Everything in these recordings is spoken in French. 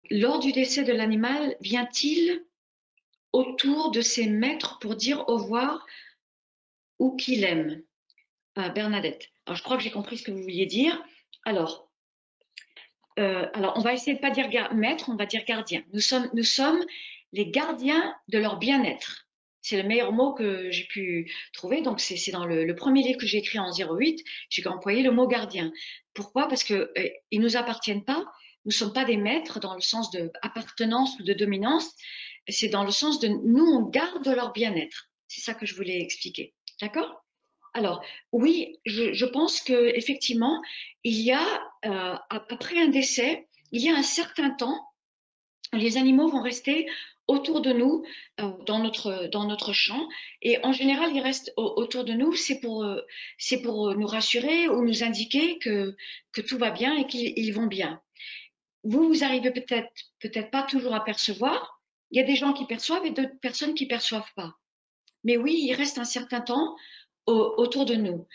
lors du décès de l'animal, vient-il autour de ses maîtres pour dire au revoir ou qu'il aime? Bernadette. Alors, je crois que j'ai compris ce que vous vouliez dire. Alors, on va essayer de ne pas dire maître, on va dire gardien. Nous sommes les gardiens de leur bien-être. C'est le meilleur mot que j'ai pu trouver. Donc, c'est dans le premier livre que j'ai écrit en 08, j'ai employé le mot gardien. Pourquoi? Parce que ils nous appartiennent pas. Nous sommes pas des maîtres dans le sens de appartenance ou de dominance. C'est dans le sens de nous, on garde leur bien-être. C'est ça que je voulais expliquer. D'accord? Alors, oui, je pense que effectivement, il y a après un décès, il y a un certain temps, les animaux vont rester autour de nous dans notre champ, et en général, ils restent autour de nous. C'est pour nous rassurer ou nous indiquer que tout va bien et qu'ils vont bien. Vous arrivez peut-être pas toujours à percevoir. Il y a des gens qui perçoivent et d'autres personnes qui perçoivent pas. Mais oui, il reste un certain temps autour de nous.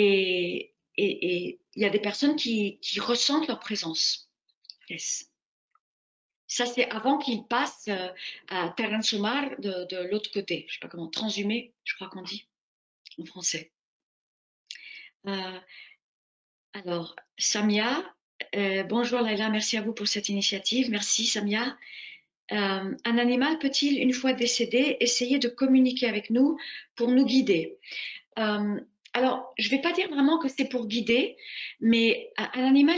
Et il y a des personnes qui ressentent leur présence. Yes. Ça, c'est avant qu'ils passent à Terransumar de l'autre côté. Je sais pas comment, transhumer, je crois qu'on dit en français. Euh, alors, Samia, bonjour Laila, merci à vous pour cette initiative. Merci Samia. Un animal peut-il, une fois décédé, essayer de communiquer avec nous pour nous guider? Euh, alors, je ne vais pas dire vraiment que c'est pour guider, mais un animal,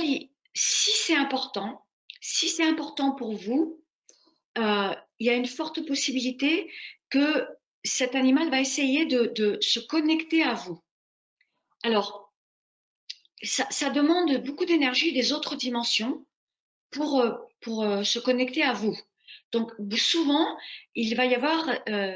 si c'est important pour vous, il y a une forte possibilité que cet animal va essayer de se connecter à vous. Alors, ça demande beaucoup d'énergie des autres dimensions pour se connecter à vous. Donc, souvent, il va y avoir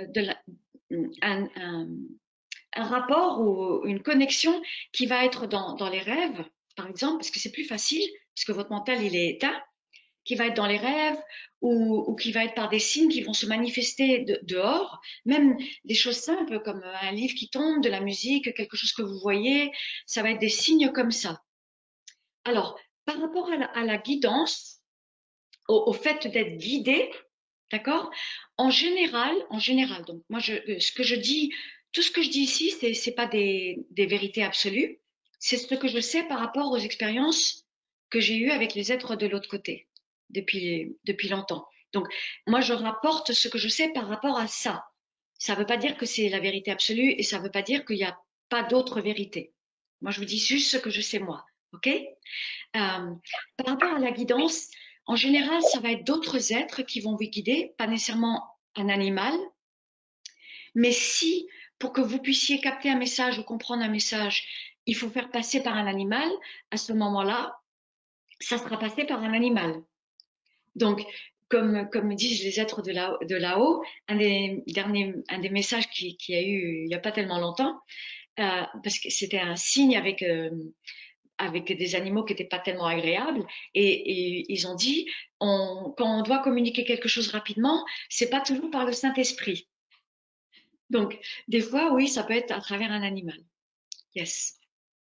un, un rapport ou une connexion qui va être dans les rêves, par exemple, parce que c'est plus facile, parce que votre mental, il est éteint, qui va être dans les rêves ou qui va être par des signes qui vont se manifester dehors, même des choses simples comme un livre qui tombe, de la musique, quelque chose que vous voyez, ça va être des signes comme ça. Alors, par rapport à la guidance, au fait d'être guidé, d'accord? En général, donc moi, ce que je dis, tout ce que je dis ici, c'est pas des vérités absolues. C'est ce que je sais par rapport aux expériences que j'ai eues avec les êtres de l'autre côté depuis longtemps. Donc, moi, je rapporte ce que je sais par rapport à ça. Ça ne veut pas dire que c'est la vérité absolue et ça ne veut pas dire qu'il n'y a pas d'autres vérités. Moi, je vous dis juste ce que je sais moi. OK? Par rapport à la guidance, en général, ça va être d'autres êtres qui vont vous guider, pas nécessairement un animal, mais si, pour que vous puissiez capter un message ou comprendre un message, il faut faire passer par un animal, à ce moment-là, ça sera passé par un animal. Donc, comme disent les êtres de là-haut, un des messages qui a eu il n'y a pas tellement longtemps, parce que c'était un signe avec des animaux qui n'étaient pas tellement agréables. Et ils ont dit, quand on doit communiquer quelque chose rapidement, c'est pas toujours par le Saint-Esprit. Donc, des fois, oui, ça peut être à travers un animal. Yes.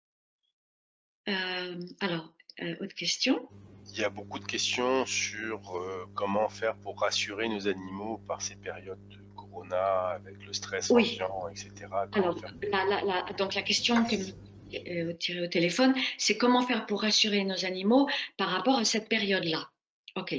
Alors, autre question. Il y a beaucoup de questions sur comment faire pour rassurer nos animaux par ces périodes de corona, avec le stress Oui. ambiant, etc. Comment Alors, faire? donc la question que tirée au téléphone, c'est comment faire pour rassurer nos animaux par rapport à cette période-là. OK.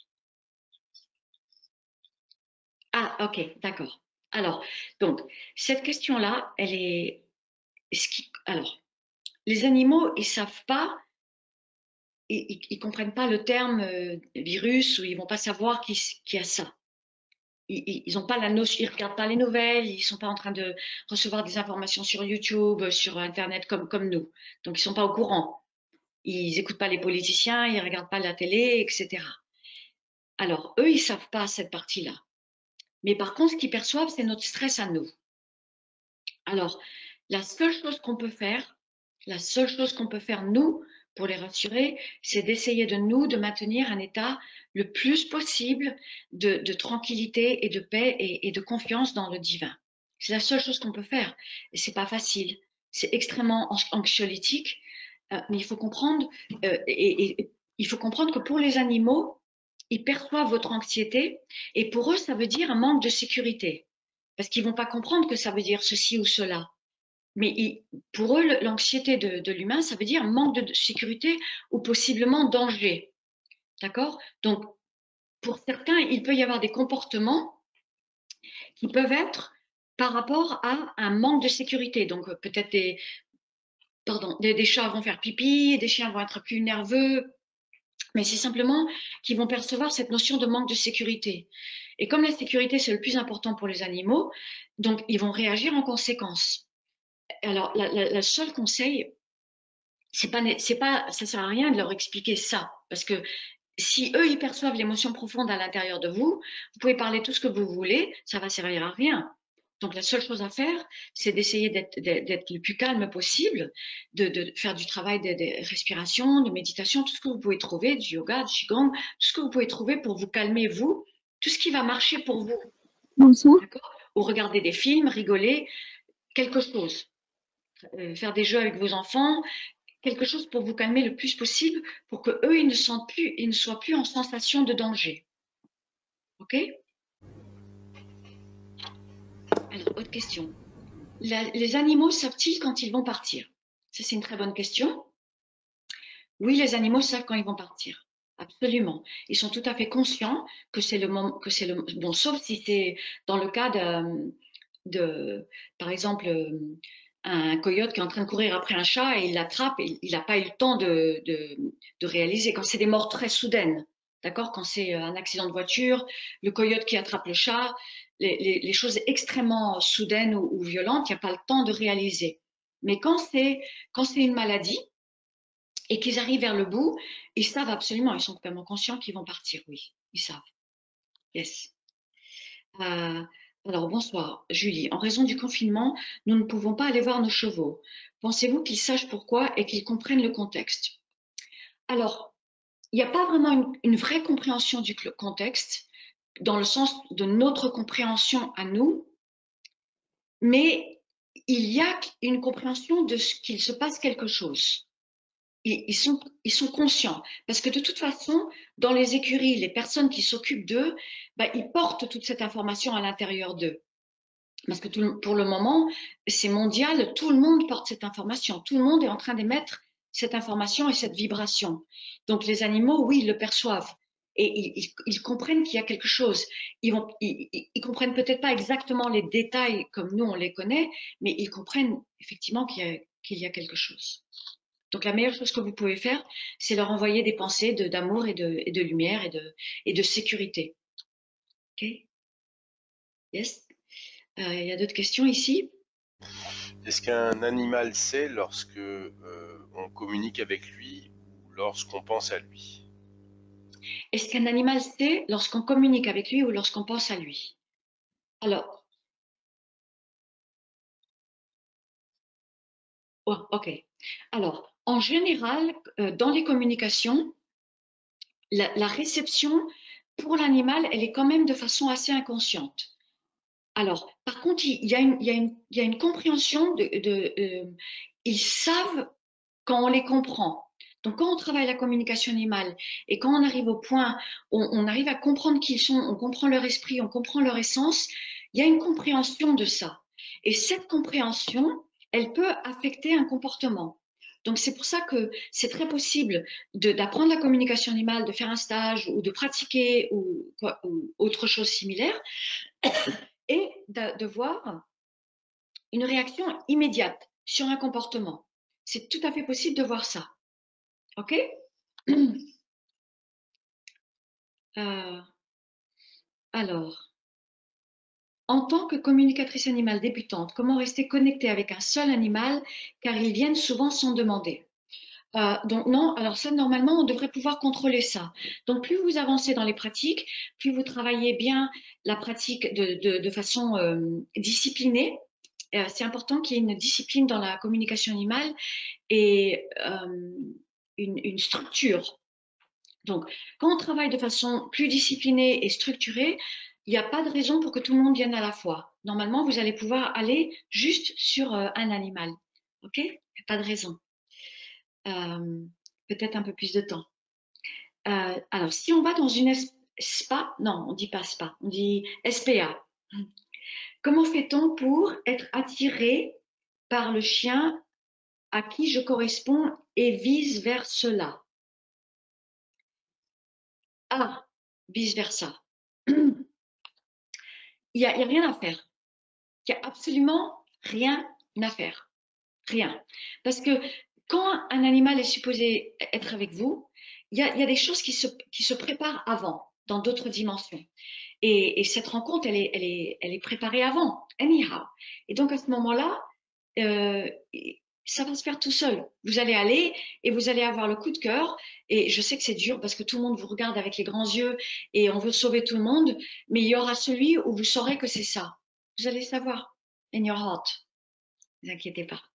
Ah, OK, d'accord. Alors, donc, cette question-là, elle est. Alors, les animaux, ils savent pas, ils comprennent pas le terme virus ou ils vont pas savoir qu'il y a ça. Ils ont pas la notion, ils regardent pas les nouvelles, ils sont pas en train de recevoir des informations sur YouTube, sur Internet comme nous. Donc ils sont pas au courant. Ils écoutent pas les politiciens, ils regardent pas la télé, etc. Alors eux, ils savent pas cette partie-là. Mais par contre, ce qu'ils perçoivent, c'est notre stress à nous. Alors, la seule chose qu'on peut faire, la seule chose qu'on peut faire, nous, pour les rassurer, c'est d'essayer de maintenir un état le plus possible de tranquillité et de paix et de confiance dans le divin. C'est la seule chose qu'on peut faire. Et c'est pas facile. C'est extrêmement anxiolytique, mais il faut comprendre, il faut comprendre que pour les animaux, ils perçoivent votre anxiété et pour eux, ça veut dire un manque de sécurité. Parce qu'ils vont pas comprendre que ça veut dire ceci ou cela. Mais pour eux, l'anxiété de l'humain, ça veut dire manque de sécurité ou possiblement danger. D'accord? Donc, pour certains, il peut y avoir des comportements qui peuvent être par rapport à un manque de sécurité. Donc, peut-être des chats vont faire pipi, des chiens vont être plus nerveux, mais c'est simplement qu'ils vont percevoir cette notion de manque de sécurité. Et comme la sécurité, c'est le plus important pour les animaux, donc ils vont réagir en conséquence. Alors, le seul conseil, ça sert à rien de leur expliquer ça, parce que si eux, ils perçoivent l'émotion profonde à l'intérieur de vous, vous pouvez parler tout ce que vous voulez, ça va servir à rien. Donc la seule chose à faire, c'est d'essayer d'être le plus calme possible, de faire du travail de respiration, de méditation, tout ce que vous pouvez trouver, du yoga, du qigong, tout ce que vous pouvez trouver pour vous calmer vous, tout ce qui va marcher pour vous, Bonsoir. d'accord? Ou regarder des films, rigoler, quelque chose. Faire des jeux avec vos enfants, quelque chose pour vous calmer le plus possible, pour que eux ils ne soient plus en sensation de danger. Ok? Alors, autre question. Les animaux savent-ils quand ils vont partir? Ça, c'est une très bonne question. Oui, les animaux savent quand ils vont partir. Absolument. Ils sont tout à fait conscients que c'est le moment, bon, sauf si c'est dans le cas par exemple, un coyote qui est en train de courir après un chat et il l'attrape et il n'a pas eu le temps de réaliser. Quand c'est des morts très soudaines, d'accord? Quand c'est un accident de voiture, le coyote qui attrape le chat, les choses extrêmement soudaines ou violentes, il n'y a pas le temps de réaliser. Mais quand c'est une maladie et qu'ils arrivent vers le bout, ils savent absolument, ils sont complètement conscients qu'ils vont partir, oui, ils savent. Yes. Euh, alors, bonsoir, Julie. En raison du confinement, nous ne pouvons pas aller voir nos chevaux. Pensez-vous qu'ils sachent pourquoi et qu'ils comprennent le contexte? Alors, il n'y a pas vraiment une vraie compréhension du contexte, dans le sens de notre compréhension à nous, mais il y a une compréhension de ce qu'il se passe quelque chose. Ils sont conscients. Parce que de toute façon, dans les écuries, les personnes qui s'occupent d'eux, ben, ils portent toute cette information à l'intérieur d'eux. Parce que pour le moment, c'est mondial, tout le monde porte cette information. Tout le monde est en train d'émettre cette information et cette vibration. Donc les animaux, oui, ils le perçoivent. Et ils comprennent qu'il y a quelque chose. Ils comprennent peut-être pas exactement les détails comme nous on les connaît, mais ils comprennent effectivement qu'il y a quelque chose. Donc la meilleure chose que vous pouvez faire, c'est leur envoyer des pensées d'amour et de lumière et de sécurité. Ok? Yes? Il y a d'autres questions ici? Est-ce qu'un animal sait lorsque on communique avec lui ou lorsqu'on pense à lui? Est-ce qu'un animal sait lorsqu'on communique avec lui ou lorsqu'on pense à lui? Alors, oh, ok. Alors, en général, dans les communications, la réception pour l'animal, elle est quand même de façon assez inconsciente. Alors, par contre, il y a une compréhension ils savent quand on les comprend. Donc, quand on travaille la communication animale et quand on arrive au point où on arrive à comprendre qui ils sont, on comprend leur esprit, on comprend leur essence, il y a une compréhension de ça. Et cette compréhension, elle peut affecter un comportement. Donc, c'est pour ça que c'est très possible d'apprendre la communication animale, de faire un stage ou de pratiquer ou autre chose similaire et de voir une réaction immédiate sur un comportement. C'est tout à fait possible de voir ça. OK? Euh, alors, en tant que communicatrice animale débutante, comment rester connectée avec un seul animal car ils viennent souvent sans demander? Donc non, alors ça, normalement, on devrait pouvoir contrôler ça. Donc plus vous avancez dans les pratiques, plus vous travaillez bien la pratique de façon disciplinée. C'est important qu'il y ait une discipline dans la communication animale et une structure. Donc, quand on travaille de façon plus disciplinée et structurée, il n'y a pas de raison pour que tout le monde vienne à la fois. Normalement, vous allez pouvoir aller juste sur un animal. OK? Il n'y a pas de raison. Euh, Peut-être un peu plus de temps. Alors, si on va dans SPA, non, on dit pas SPA, on dit SPA. Comment fait-on pour être attiré par le chien à qui je corresponds et vice vers cela? Ah, vice versa. Il y a rien à faire. Il y a absolument rien à faire. Rien. Parce que quand un animal est supposé être avec vous, il y a des choses qui se préparent avant, dans d'autres dimensions. Et cette rencontre, elle est préparée avant, anyhow. Et donc à ce moment-là, euh, ça va se faire tout seul. Vous allez aller et vous allez avoir le coup de cœur. Et je sais que c'est dur parce que tout le monde vous regarde avec les grands yeux et on veut sauver tout le monde, mais il y aura celui où vous saurez que c'est ça. Vous allez savoir, in your heart. Ne vous inquiétez pas.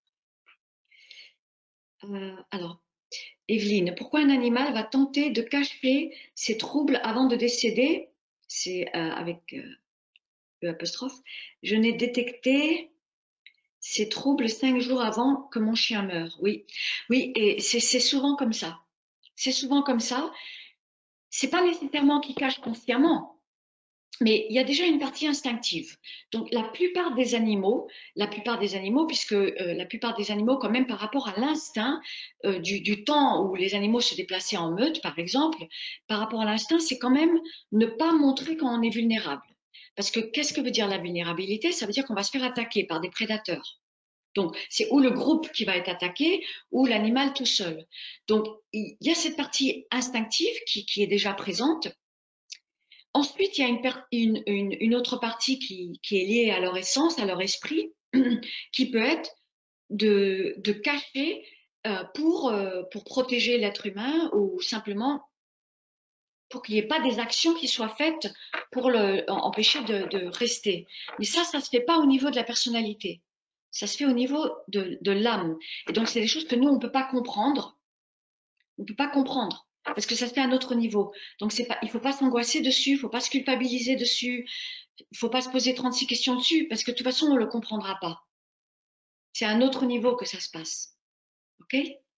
Alors, Evelyne, pourquoi un animal va tenter de cacher ses troubles avant de décéder? C'est avec apostrophe. Je n'ai détecté ces troubles 5 jours avant que mon chien meure. Oui, oui, et c'est souvent comme ça. C'est souvent comme ça. C'est pas nécessairement qu'il cache consciemment, mais il y a déjà une partie instinctive. Donc la plupart des animaux, puisque la plupart des animaux, quand même par rapport à l'instinct du temps où les animaux se déplaçaient en meute, par exemple, par rapport à l'instinct, c'est quand même ne pas montrer quand on est vulnérable. Parce que qu'est-ce que veut dire la vulnérabilité? Ça veut dire qu'on va se faire attaquer par des prédateurs. Donc, c'est ou le groupe qui va être attaqué ou l'animal tout seul. Donc, il y a cette partie instinctive qui est déjà présente. Ensuite, il y a une autre partie qui est liée à leur essence, à leur esprit, qui peut être de cacher pour protéger l'être humain ou simplement pour qu'il n'y ait pas des actions qui soient faites pour empêcher de rester. Mais ça se fait pas au niveau de la personnalité. Ça se fait au niveau de l'âme. Et donc, c'est des choses que nous, on ne peut pas comprendre. On ne peut pas comprendre. Parce que ça se fait à un autre niveau. Donc, il ne faut pas s'angoisser dessus, il ne faut pas se culpabiliser dessus, il ne faut pas se poser 36 questions dessus, parce que de toute façon, on ne le comprendra pas. C'est à un autre niveau que ça se passe. OK?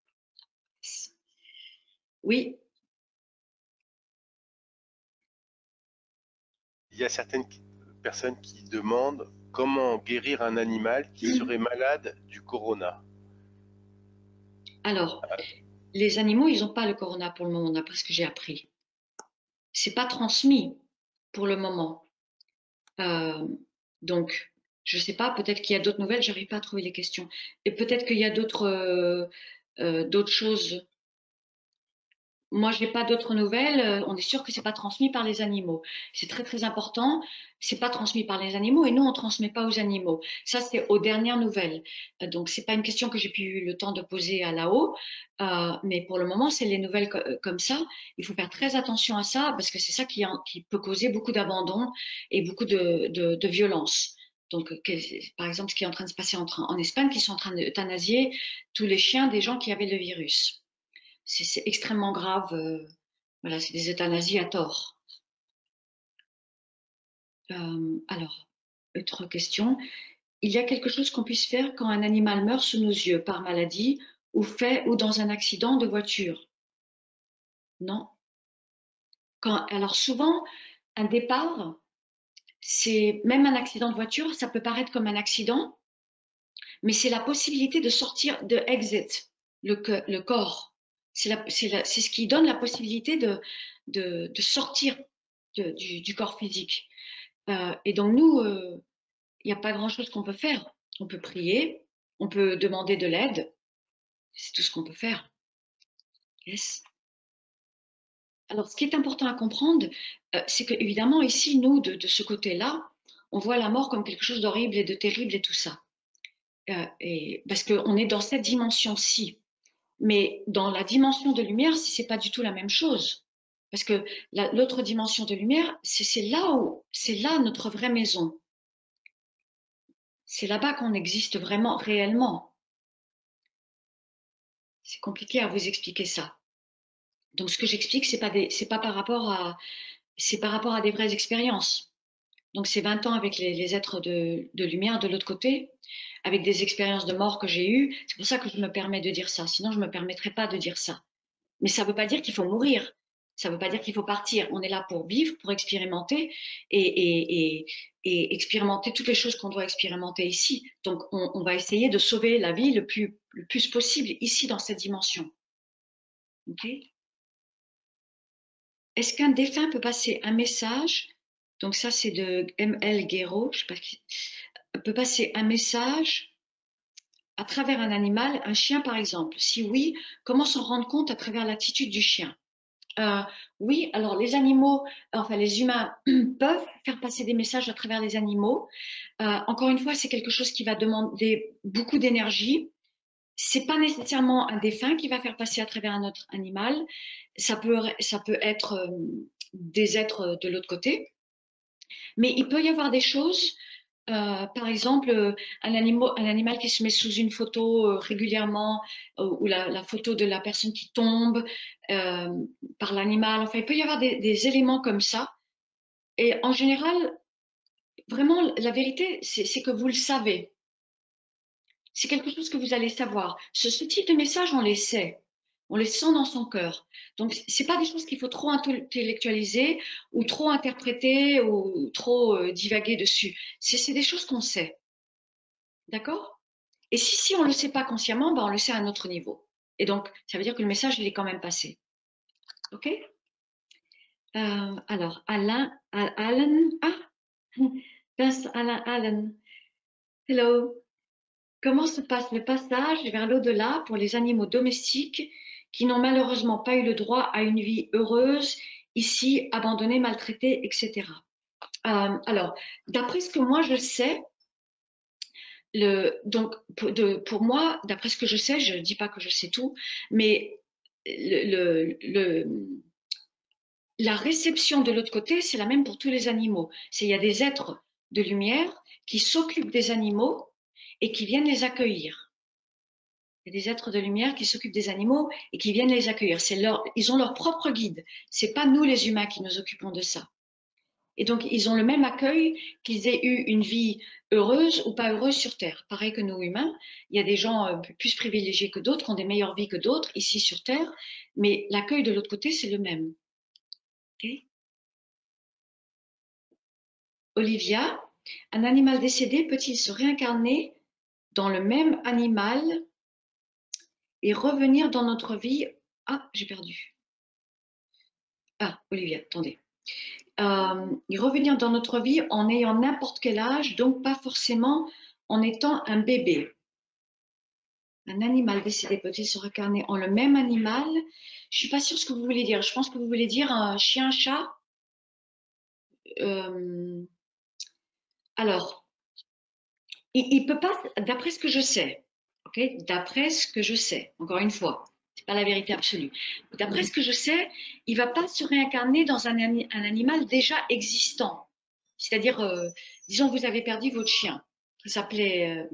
Oui. Il y a certaines personnes qui demandent comment guérir un animal qui serait malade du corona. Alors, les animaux, ils n'ont pas le corona pour le moment, d'après ce que j'ai appris. C'est pas transmis pour le moment. Euh, donc, je sais pas, peut-être qu'il y a d'autres nouvelles, j'arrive pas à trouver les questions. Et peut-être qu'il y a d'autres choses. Moi, j'ai pas d'autres nouvelles. On est sûr que c'est pas transmis par les animaux. C'est très très important. C'est pas transmis par les animaux et nous on transmet pas aux animaux. Ça c'est aux dernières nouvelles. Donc c'est pas une question que j'ai pu eu le temps de poser à là-haut, mais pour le moment c'est les nouvelles comme ça. Il faut faire très attention à ça parce que c'est ça qui peut causer beaucoup d'abandon et beaucoup de violence. Donc, par exemple, ce qui est en train de se passer en Espagne, qui sont en train d'euthanasier tous les chiens des gens qui avaient le virus. C'est extrêmement grave. Voilà, c'est des euthanasies à tort. Alors, autre question. Il y a quelque chose qu'on puisse faire quand un animal meurt sous nos yeux par maladie ou dans un accident de voiture? Non. Alors souvent, un départ, c'est même un accident de voiture, ça peut paraître comme un accident, mais c'est la possibilité de sortir de exit, le corps. C'est ce qui donne la possibilité de sortir du corps physique. Et donc nous, il n'y a pas grand-chose qu'on peut faire. On peut prier, on peut demander de l'aide, c'est tout ce qu'on peut faire. Yes. Alors, ce qui est important à comprendre, c'est que évidemment ici, nous, de ce côté-là, on voit la mort comme quelque chose d'horrible et de terrible et tout ça. Et parce qu'on est dans cette dimension-ci. Mais dans la dimension de lumière, c'est pas du tout la même chose. Parce que l'autre dimension de lumière, c'est là notre vraie maison. C'est là-bas qu'on existe vraiment, réellement. C'est compliqué à vous expliquer ça. Donc, ce que j'explique, c'est pas par rapport c'est par rapport à des vraies expériences. Donc, c'est 20 ans avec les êtres de lumière de l'autre côté, avec des expériences de mort que j'ai eues. C'est pour ça que je me permets de dire ça. Sinon, je me permettrais pas de dire ça. Mais ça veut pas dire qu'il faut mourir. Ça ne veut pas dire qu'il faut partir. On est là pour vivre, pour expérimenter et expérimenter toutes les choses qu'on doit expérimenter ici. Donc, on va essayer de sauver la vie le plus possible ici dans cette dimension. Ok. Est-ce qu'un défunt peut passer un message? Donc ça, c'est de M.L. Guéraud. Je sais pas qui peut passer un message à travers un animal, un chien par exemple. Si oui, comment s'en rendre compte à travers l'attitude du chien? Oui, alors les animaux, enfin les humains peuvent faire passer des messages à travers les animaux. Encore une fois, c'est quelque chose qui va demander beaucoup d'énergie. C'est pas nécessairement un défunt qui va faire passer à travers un autre animal. Ça peut être des êtres de l'autre côté. Mais il peut y avoir des choses, par exemple, un animal qui se met sous une photo régulièrement, ou la photo de la personne qui tombe euh, par l'animal. Enfin, il peut y avoir des éléments comme ça. Et en général, vraiment, la vérité, c'est que vous le savez. C'est quelque chose que vous allez savoir. Ce type de message, on les sait. On les sent dans son cœur. Donc, c'est pas des choses qu'il faut trop intellectualiser ou trop interpréter ou trop divaguer dessus. C'est des choses qu'on sait. D'accord? Et si on le sait pas consciemment, ben on le sait à un autre niveau. Et donc, ça veut dire que le message, il est quand même passé. OK? Alors, Alan, Alain, Alan. Hello. Comment se passe le passage vers l'au-delà pour les animaux domestiques qui n'ont malheureusement pas eu le droit à une vie heureuse, ici abandonnés, maltraités, etc. Alors, d'après ce que moi je sais, donc pour moi, d'après ce que je sais, je ne dis pas que je sais tout, mais la réception de l'autre côté, c'est la même pour tous les animaux. Il y a des êtres de lumière qui s'occupent des animaux et qui viennent les accueillir. Il y a des êtres de lumière qui s'occupent des animaux et qui viennent les accueillir. Ils ont leur propre guide. C'est pas nous les humains qui nous occupons de ça. Et donc, ils ont le même accueil qu'ils aient eu une vie heureuse ou pas heureuse sur Terre. Pareil que nous humains, il y a des gens plus privilégiés que d'autres, qui ont des meilleures vies que d'autres ici sur Terre, mais l'accueil de l'autre côté, c'est le même. Okay. Olivia, un animal décédé peut-il se réincarner dans le même animal et revenir dans notre vie? Ah, j'ai perdu. Ah, Olivia, attendez. Et revenir dans notre vie en ayant n'importe quel âge, donc pas forcément en étant un bébé. Un animal décédé peut-il se réincarner en le même animal? Je suis pas sûre ce que vous voulez dire. Je pense que vous voulez dire un chien, chat. Euh, alors, il peut pas, d'après ce que je sais, ok, d'après ce que je sais, encore une fois, c'est pas la vérité absolue. D'après ce que je sais, il va pas se réincarner dans un animal déjà existant. C'est-à-dire, disons, vous avez perdu votre chien qui s'appelait,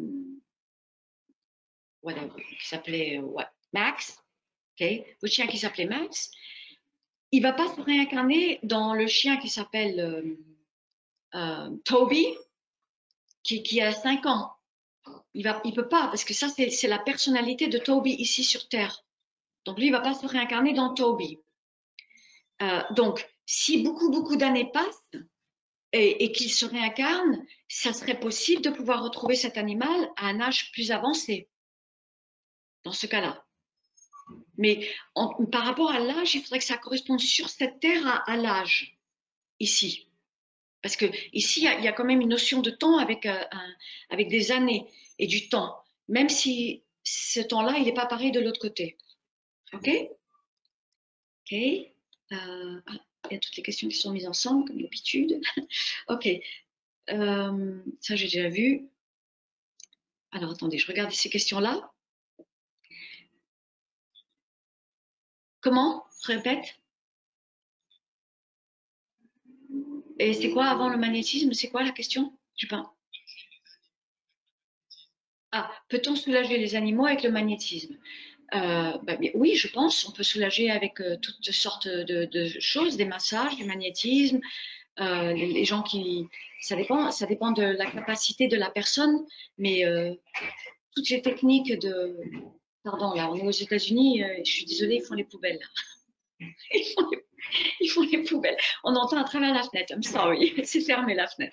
Max, ok, votre chien qui s'appelait Max. Il va pas se réincarner dans le chien qui s'appelle Toby, qui a 5 ans. Il peut pas, parce que ça, c'est la personnalité de Toby ici sur Terre. Donc lui, il va pas se réincarner dans Toby. Donc, si beaucoup d'années passent et qu'il se réincarne, ça serait possible de pouvoir retrouver cet animal à un âge plus avancé, dans ce cas-là. Mais par rapport à l'âge, il faudrait que ça corresponde sur cette terre à l'âge, ici. Parce que ici, il y a quand même une notion de temps avec des années et du temps, même si ce temps-là, il n'est pas pareil de l'autre côté. OK? OK. Il y a toutes les questions qui sont mises ensemble, comme d'habitude. OK. Ça, j'ai déjà vu. Alors, attendez, je regarde ces questions-là. Comment? Répète. Et c'est quoi avant le magnétisme? C'est quoi la question? Je sais pas. Ah, peut-on soulager les animaux avec le magnétisme? Oui, je pense. On peut soulager avec toutes sortes de choses, des massages, du magnétisme. Les gens qui, ça dépend de la capacité de la personne, mais toutes les techniques de, pardon, là, on est aux États-Unis. Je suis désolée, ils font les poubelles. Ils font les, ils font les poubelles. On entend à travers la fenêtre. I'm sorry, c'est fermé la fenêtre.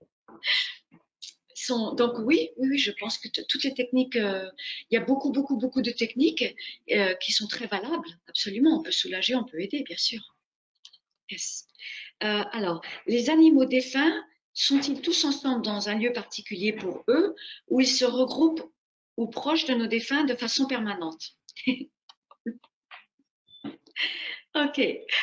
Donc oui, oui, oui, je pense que toutes les techniques, il y a beaucoup, beaucoup, beaucoup de techniques qui sont très valables. Absolument, on peut soulager, on peut aider, bien sûr. Yes. Alors, les animaux défunts sont-ils tous ensemble dans un lieu particulier pour eux, ou ils se regroupent ou proches de nos défunts de façon permanente? Ok.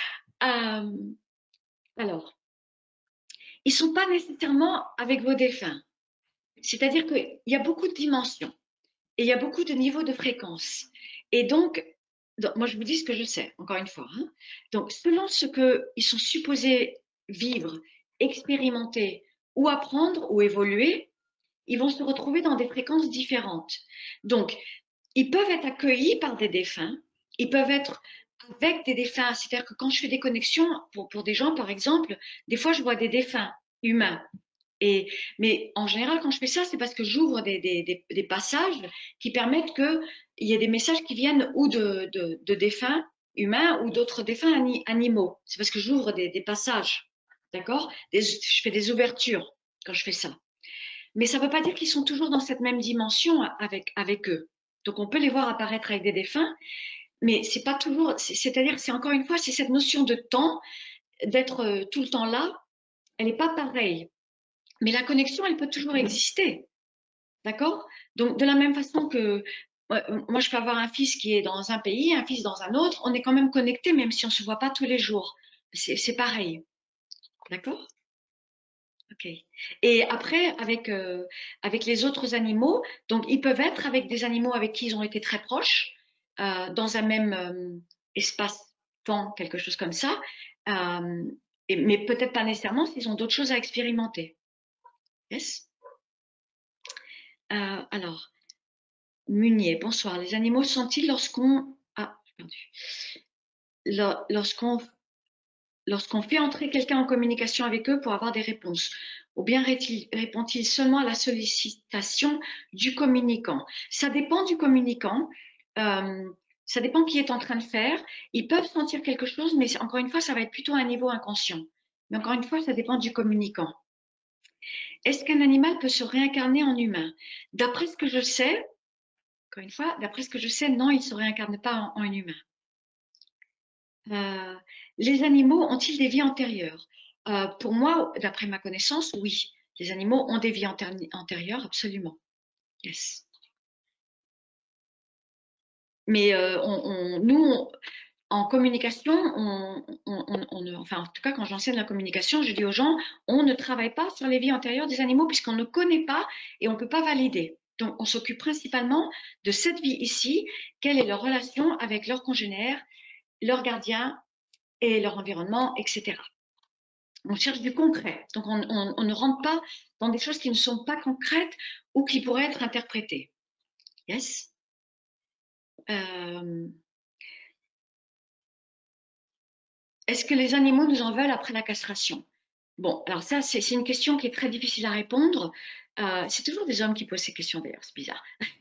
Alors, ils sont pas nécessairement avec vos défunts. C'est-à-dire qu'il y a beaucoup de dimensions et il y a beaucoup de niveaux de fréquence. Et donc, moi je vous dis ce que je sais, encore une fois. Hein. Donc, selon ce qu'ils sont supposés vivre, expérimenter ou apprendre ou évoluer, ils vont se retrouver dans des fréquences différentes. Donc, ils peuvent être accueillis par des défunts, ils peuvent être avec des défunts. C'est-à-dire que quand je fais des connexions pour des gens, par exemple, des fois je vois des défunts humains. Mais en général, quand je fais ça, c'est parce que j'ouvre des passages qui permettent qu'il y ait des messages qui viennent ou de défunts humains ou d'autres défunts animaux. C'est parce que j'ouvre des passages. D'accord? Je fais des ouvertures quand je fais ça. Mais ça ne veut pas dire qu'ils sont toujours dans cette même dimension avec eux. Donc on peut les voir apparaître avec des défunts, mais c'est pas toujours. C'est-à-dire, c'est encore une fois, c'est cette notion de temps, d'être tout le temps là, elle n'est pas pareille. Mais la connexion, elle peut toujours exister. D'accord? Donc, de la même façon que moi, je peux avoir un fils qui est dans un pays, un fils dans un autre, on est quand même connecté, même si on ne se voit pas tous les jours. C'est pareil. D'accord? Ok. Et après, avec les autres animaux, donc ils peuvent être avec des animaux avec qui ils ont été très proches, dans un même espace-temps, quelque chose comme ça, euh, mais peut-être pas nécessairement s'ils ont d'autres choses à expérimenter. Yes? Alors, Munier, bonsoir. Les animaux sont-ils lorsqu'on lorsqu'on fait entrer quelqu'un en communication avec eux pour avoir des réponses, ou bien répond-il seulement à la sollicitation du communicant? Ça dépend du communicant. euh, ça dépend qui est en train de faire. Ils peuvent sentir quelque chose, mais encore une fois, ça va être plutôt à un niveau inconscient. Mais encore une fois, ça dépend du communicant. Est-ce qu'un animal peut se réincarner en humain? D'après ce que je sais, encore une fois, d'après ce que je sais, non, il ne se réincarne pas en humain. Les animaux ont-ils des vies antérieures? Pour moi, d'après ma connaissance, oui. Les animaux ont des vies antérieures, absolument. Yes. Mais nous, en communication, enfin, en tout cas, quand j'enseigne la communication, je dis aux gens, on ne travaille pas sur les vies antérieures des animaux puisqu'on ne connaît pas et on ne peut pas valider. Donc, on s'occupe principalement de cette vie ici, quelle est leur relation avec leurs congénères, leurs gardiens et leur environnement, etc. On cherche du concret. Donc, on ne rentre pas dans des choses qui ne sont pas concrètes ou qui pourraient être interprétées. Yes. Est-ce que les animaux nous en veulent après la castration? Bon, alors ça, c'est une question qui est très difficile à répondre. C'est toujours des hommes qui posent ces questions d'ailleurs, c'est bizarre.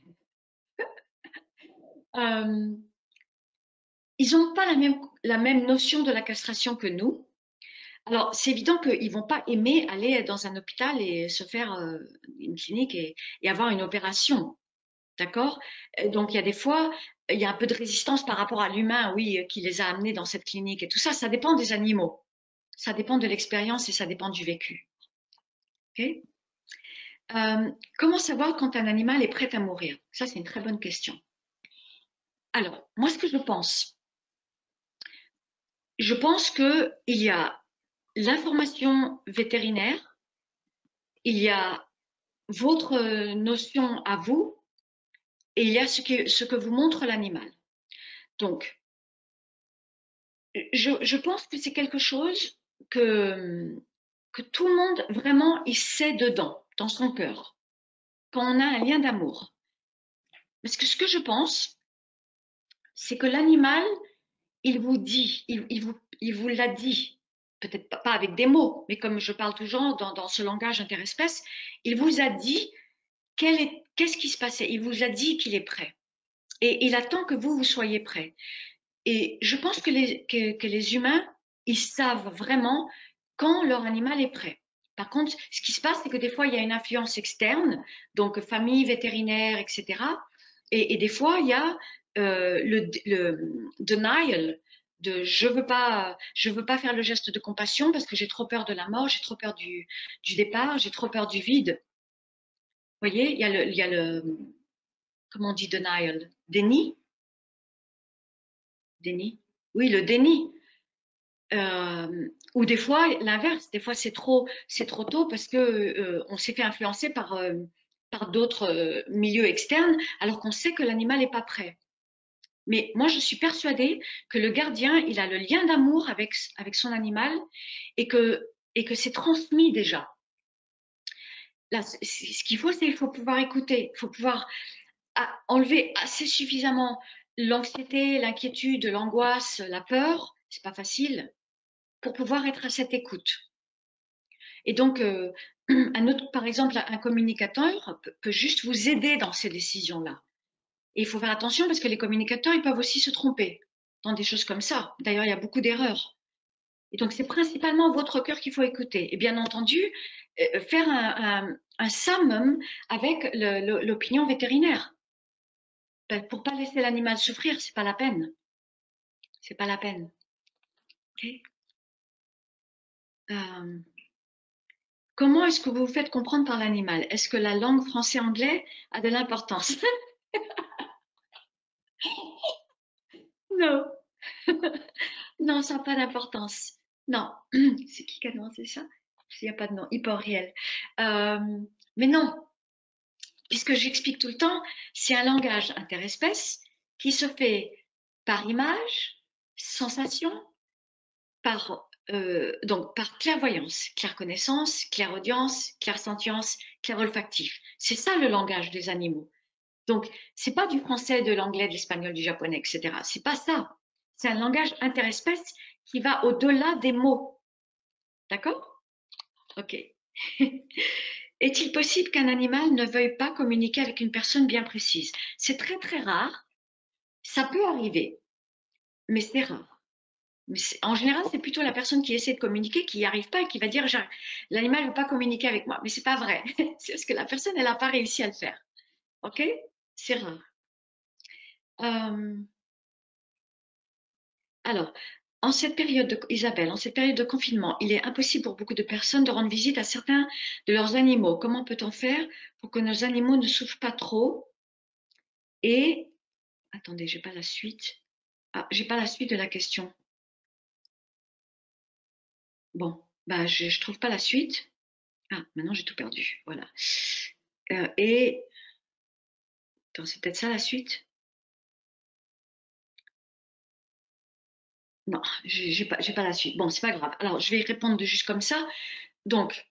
Euh, ils n'ont pas la même notion de la castration que nous. Alors, c'est évident qu'ils ne vont pas aimer aller dans un hôpital et se faire une clinique et avoir une opération. D'accord? Donc, il y a des fois, il y a un peu de résistance par rapport à l'humain, oui, qui les a amenés dans cette clinique et tout ça. Ça dépend des animaux. Ça dépend de l'expérience et ça dépend du vécu. Okay. Comment savoir quand un animal est prêt à mourir? Ça, c'est une très bonne question. Alors, moi, ce que je pense qu'il y a l'information vétérinaire, il y a votre notion à vous, et il y a ce que vous montre l'animal. Donc, je pense que c'est quelque chose que tout le monde, vraiment, il sait dedans, dans son cœur, quand on a un lien d'amour. Parce que ce que je pense, c'est que l'animal, il vous dit, il vous l'a dit, peut-être pas avec des mots, mais comme je parle toujours dans ce langage interespèce, il vous a dit qu'est-ce qui se passait. Il vous a dit qu'il est prêt. Et il attend que vous soyez prêt. Et je pense que que les humains, ils savent vraiment quand leur animal est prêt. Par contre, ce qui se passe, c'est que des fois, il y a une influence externe, donc famille, vétérinaire, etc. Et des fois, il y a le denial de je veux pas faire le geste de compassion parce que j'ai trop peur de la mort, j'ai trop peur du départ, j'ai trop peur du vide. Vous voyez, il y a le, comment on dit denial? Déni? Déni? Oui, le déni. Ou des fois l'inverse, des fois c'est trop tôt parce que on s'est fait influencer par d'autres milieux externes alors qu'on sait que l'animal n'est pas prêt. Mais moi je suis persuadée que le gardien il a le lien d'amour avec son animal et que c'est transmis déjà. Là, ce qu'il faut, c'est qu'il faut pouvoir écouter, il faut pouvoir enlever assez suffisamment l'anxiété, l'inquiétude, l'angoisse, la peur. C'est pas facile pour pouvoir être à cette écoute. Et donc, par exemple, un communicateur peut juste vous aider dans ces décisions-là. Et il faut faire attention parce que les communicateurs, ils peuvent aussi se tromper dans des choses comme ça. D'ailleurs, il y a beaucoup d'erreurs. Et donc, c'est principalement votre cœur qu'il faut écouter. Et bien entendu, faire un summum avec l'opinion vétérinaire. Pour pas laisser l'animal souffrir, c'est pas la peine. C'est pas la peine. Okay. Comment est-ce que vous vous faites comprendre par l'animal? Est-ce que la langue français-anglais a de l'importance? Non, non, ça n'a pas d'importance. Non, c'est qui a demandé ça? Il n'y a pas de nom, hyper réel. Euh, mais non, puisque j'explique tout le temps, c'est un langage interespèce qui se fait par image, sensation, donc par clairvoyance, clairconnaissance, clairaudience, clairsentience, clairolfactif. C'est ça le langage des animaux. Donc, c'est pas du français, de l'anglais, de l'espagnol, du japonais, etc. C'est pas ça. C'est un langage interespèce qui va au-delà des mots. D'accord? Ok. Est-il possible qu'un animal ne veuille pas communiquer avec une personne bien précise? C'est très très rare. Ça peut arriver, mais c'est rare. Mais en général, c'est plutôt la personne qui essaie de communiquer qui n'y arrive pas et qui va dire l'animal ne veut pas communiquer avec moi. Mais c'est pas vrai. C'est parce que la personne, elle n'a pas réussi à le faire. Ok? C'est rare. Euh, alors, Isabelle, en cette période de confinement, il est impossible pour beaucoup de personnes de rendre visite à certains de leurs animaux. Comment peut-on faire pour que nos animaux ne souffrent pas trop? Et, attendez, j'ai pas la suite. Ah, j'ai pas la suite de la question. Bon, bah, je trouve pas la suite. Ah, maintenant j'ai tout perdu. Voilà. Et, attends, c'est peut-être ça la suite? Non, j'ai pas la suite. Bon, c'est pas grave. Alors, je vais y répondre de juste comme ça. Donc,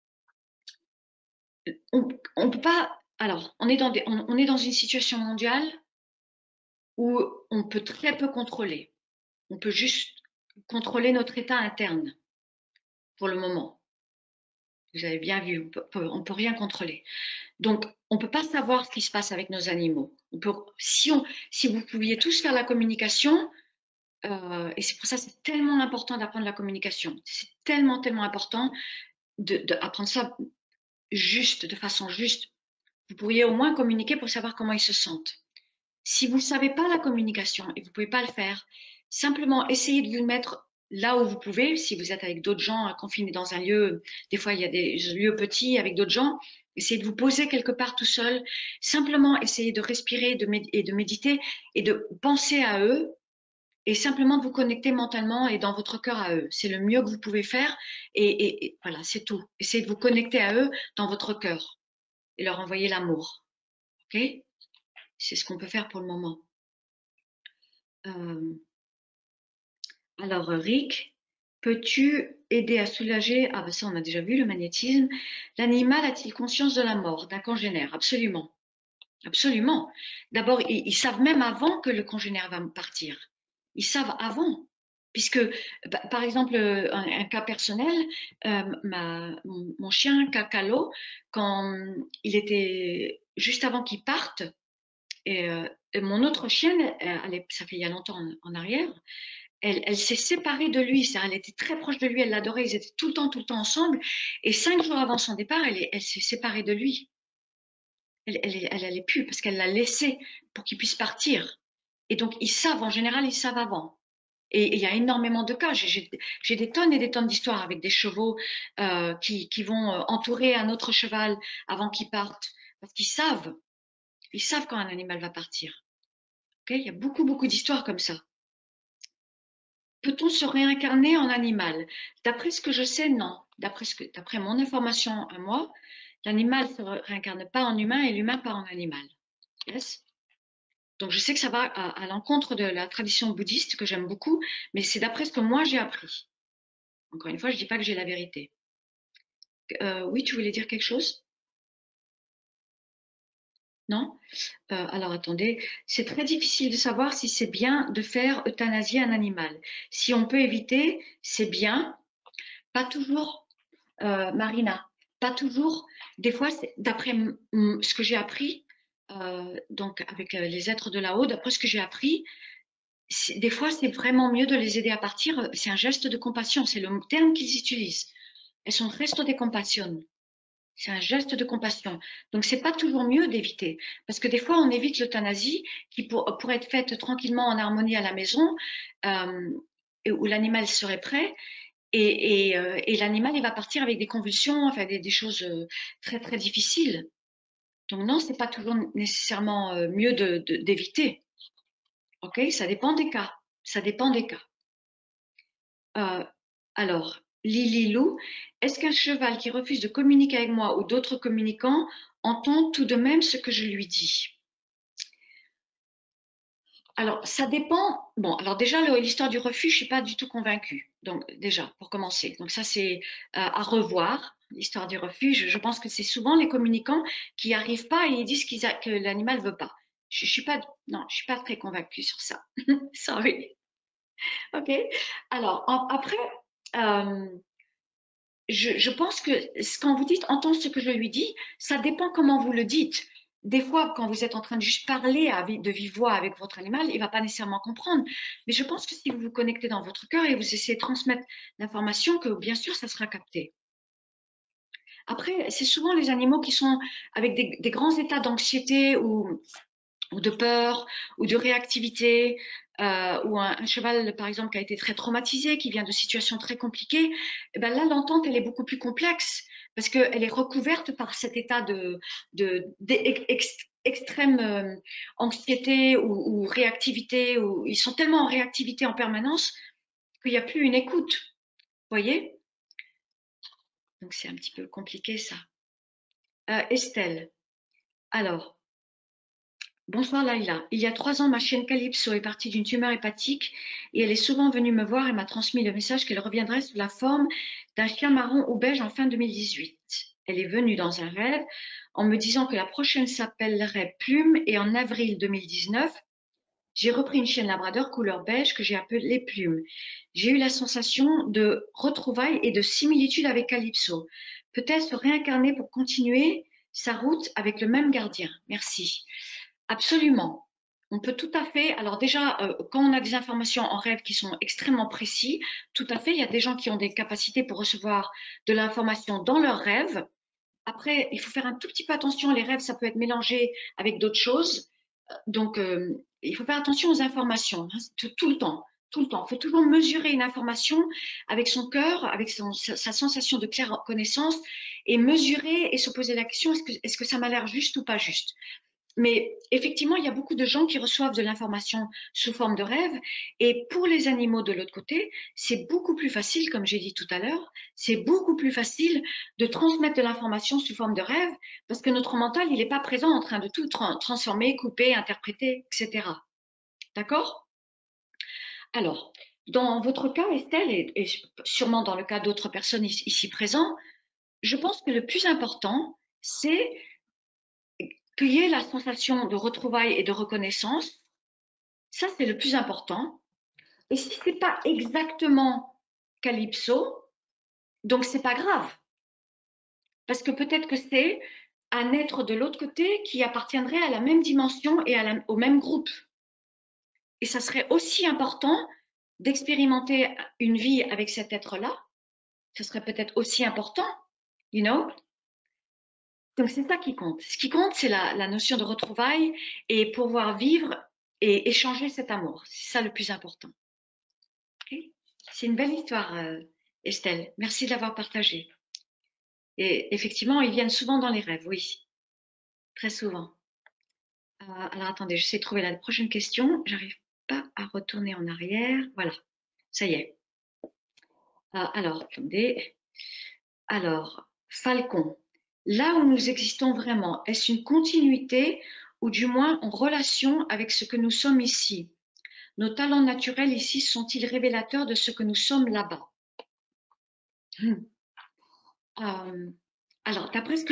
on peut pas. Alors, on est dans une situation mondiale où on peut très peu contrôler. On peut juste contrôler notre état interne pour le moment. Vous avez bien vu, on peut rien contrôler. Donc, on peut pas savoir ce qui se passe avec nos animaux. Si vous pouviez tous faire la communication, et c'est pour ça que c'est tellement important d'apprendre la communication. C'est tellement, tellement important d'apprendre ça juste, de façon juste. Vous pourriez au moins communiquer pour savoir comment ils se sentent. Si vous ne savez pas la communication et vous ne pouvez pas le faire, simplement essayez de vous mettre là où vous pouvez. Si vous êtes avec d'autres gens confinés dans un lieu, des fois il y a des lieux petits avec d'autres gens, essayez de vous poser quelque part tout seul. Simplement essayez de respirer et de méditer et de penser à eux et simplement de vous connecter mentalement et dans votre cœur à eux. C'est le mieux que vous pouvez faire et voilà, c'est tout. Essayez de vous connecter à eux dans votre cœur et leur envoyer l'amour. Ok? C'est ce qu'on peut faire pour le moment. Euh, alors, Rick, peux-tu aider à soulager, ah ben ça on a déjà vu le magnétisme, l'animal a-t-il conscience de la mort d'un congénère? Absolument, absolument. D'abord, ils savent même avant que le congénère va partir. Ils savent avant. Puisque, par exemple, un cas personnel, mon chien Cacalo, quand il était juste avant qu'il parte, et mon autre chienne, ça fait il y a longtemps en arrière, elle s'est séparée de lui, elle était très proche de lui, elle l'adorait, ils étaient tout le temps ensemble. Et 5 jours avant son départ, elle s'est séparée de lui. Elle allait plus parce qu'elle l'a laissé pour qu'il puisse partir. Et donc, en général, ils savent avant. Et il y a énormément de cas. J'ai des tonnes et des tonnes d'histoires avec des chevaux qui vont entourer un autre cheval avant qu'il parte. Parce ils savent quand un animal va partir. Okay, il y a beaucoup d'histoires comme ça. Peut-on se réincarner en animal? D'après ce que je sais, non. D'après mon information à moi, l'animal ne se réincarne pas en humain et l'humain pas en animal. Yes? Donc je sais que ça va à l'encontre de la tradition bouddhiste que j'aime beaucoup, mais c'est d'après ce que moi j'ai appris. Encore une fois, je ne dis pas que j'ai la vérité. Oui, tu voulais dire quelque chose? Non? Alors attendez, c'est très difficile de savoir si c'est bien de faire euthanasier un animal. Si on peut éviter, c'est bien. Pas toujours, Marina, pas toujours. Des fois, d'après ce que j'ai appris, donc avec les êtres de là-haut, d'après ce que j'ai appris, des fois, c'est vraiment mieux de les aider à partir. C'est un geste de compassion, c'est le terme qu'ils utilisent. Es un gesto de compasión. C'est un geste de compassion. Donc, c'est pas toujours mieux d'éviter. Parce que des fois, on évite l'euthanasie qui pourrait être faite tranquillement en harmonie à la maison, euh, où l'animal serait prêt. Et l'animal, il va partir avec des convulsions, enfin des choses très difficiles. Donc non, c'est pas toujours nécessairement mieux d'éviter. Ok, ça dépend des cas. Ça dépend des cas. Alors, Lily Lou, est-ce qu'un cheval qui refuse de communiquer avec moi ou d'autres communicants entend tout de même ce que je lui dis? Alors, ça dépend. Bon, alors déjà, l'histoire du refuge, je suis pas du tout convaincue. Donc, déjà, pour commencer. Donc, ça, c'est à revoir, l'histoire du refuge. Je pense que c'est souvent les communicants qui arrivent pas et ils disent que l'animal veut pas. Je suis pas, non, je suis pas très convaincue sur ça. Sorry. OK. Alors, après, euh, je pense que quand vous dites entendre ce que je lui dis, ça dépend comment vous le dites. Des fois, quand vous êtes en train de juste parler de vive voix avec votre animal, il va pas nécessairement comprendre. Mais je pense que si vous vous connectez dans votre cœur et vous essayez de transmettre l'information, que bien sûr, ça sera capté. Après, c'est souvent les animaux qui sont avec des grands états d'anxiété ou de peur ou de réactivité, ou un cheval, par exemple, qui a été très traumatisé, qui vient de situations très compliquées, eh ben là, l'entente, elle est beaucoup plus complexe parce qu'elle est recouverte par cet état extrême anxiété ou réactivité, où ils sont tellement en réactivité en permanence qu'il n'y a plus une écoute. Vous voyez? Donc, c'est un petit peu compliqué, ça. Estelle, alors, bonsoir Laïla. Il y a 3 ans, ma chienne Calypso est partie d'une tumeur hépatique et elle est souvent venue me voir et m'a transmis le message qu'elle reviendrait sous la forme d'un chien marron ou beige en fin 2018. Elle est venue dans un rêve en me disant que la prochaine s'appellerait Plume et en avril 2019, j'ai repris une chienne labrador couleur beige que j'ai appelée Plume. J'ai eu la sensation de retrouvailles et de similitude avec Calypso. Peut-elle se réincarner pour continuer sa route avec le même gardien? Merci. Absolument. On peut tout à fait. Alors déjà, quand on a des informations en rêve qui sont extrêmement précis, tout à fait, il y a des gens qui ont des capacités pour recevoir de l'information dans leurs rêves. Après, il faut faire un tout petit peu attention. Les rêves, ça peut être mélangé avec d'autres choses. Donc, il faut faire attention aux informations, hein, tout le temps. Tout le temps. Il faut toujours mesurer une information avec son cœur, avec sa sensation de claire connaissance et mesurer et se poser la question, est-ce que ça m'a l'air juste ou pas juste? Mais effectivement, il y a beaucoup de gens qui reçoivent de l'information sous forme de rêve. Et pour les animaux de l'autre côté, c'est beaucoup plus facile, comme j'ai dit tout à l'heure, c'est beaucoup plus facile de transmettre de l'information sous forme de rêve parce que notre mental, il n'est pas présent en train de tout transformer, couper, interpréter, etc. D'accord? Alors, dans votre cas, Estelle, et sûrement dans le cas d'autres personnes ici présentes, je pense que le plus important, c'est qu'il y ait la sensation de retrouvailles et de reconnaissance. Ça, c'est le plus important. Et si c'est pas exactement Calypso, donc c'est pas grave. Parce que peut-être que c'est un être de l'autre côté qui appartiendrait à la même dimension et au même groupe. Et ça serait aussi important d'expérimenter une vie avec cet être-là. Ce serait peut-être aussi important, you know. Donc c'est ça qui compte. Ce qui compte, c'est la notion de retrouvailles et pouvoir vivre et échanger cet amour. C'est ça le plus important. Okay. C'est une belle histoire, Estelle. Merci de l'avoir partagée. Et effectivement, ils viennent souvent dans les rêves, oui, très souvent. Alors attendez, j'essaie de trouver la prochaine question. J'arrive pas à retourner en arrière. Voilà, ça y est. Alors, attendez. Alors, Falcon. Là où nous existons vraiment, est-ce une continuité ou du moins en relation avec ce que nous sommes ici? Nos talents naturels ici sont-ils révélateurs de ce que nous sommes là-bas? Alors,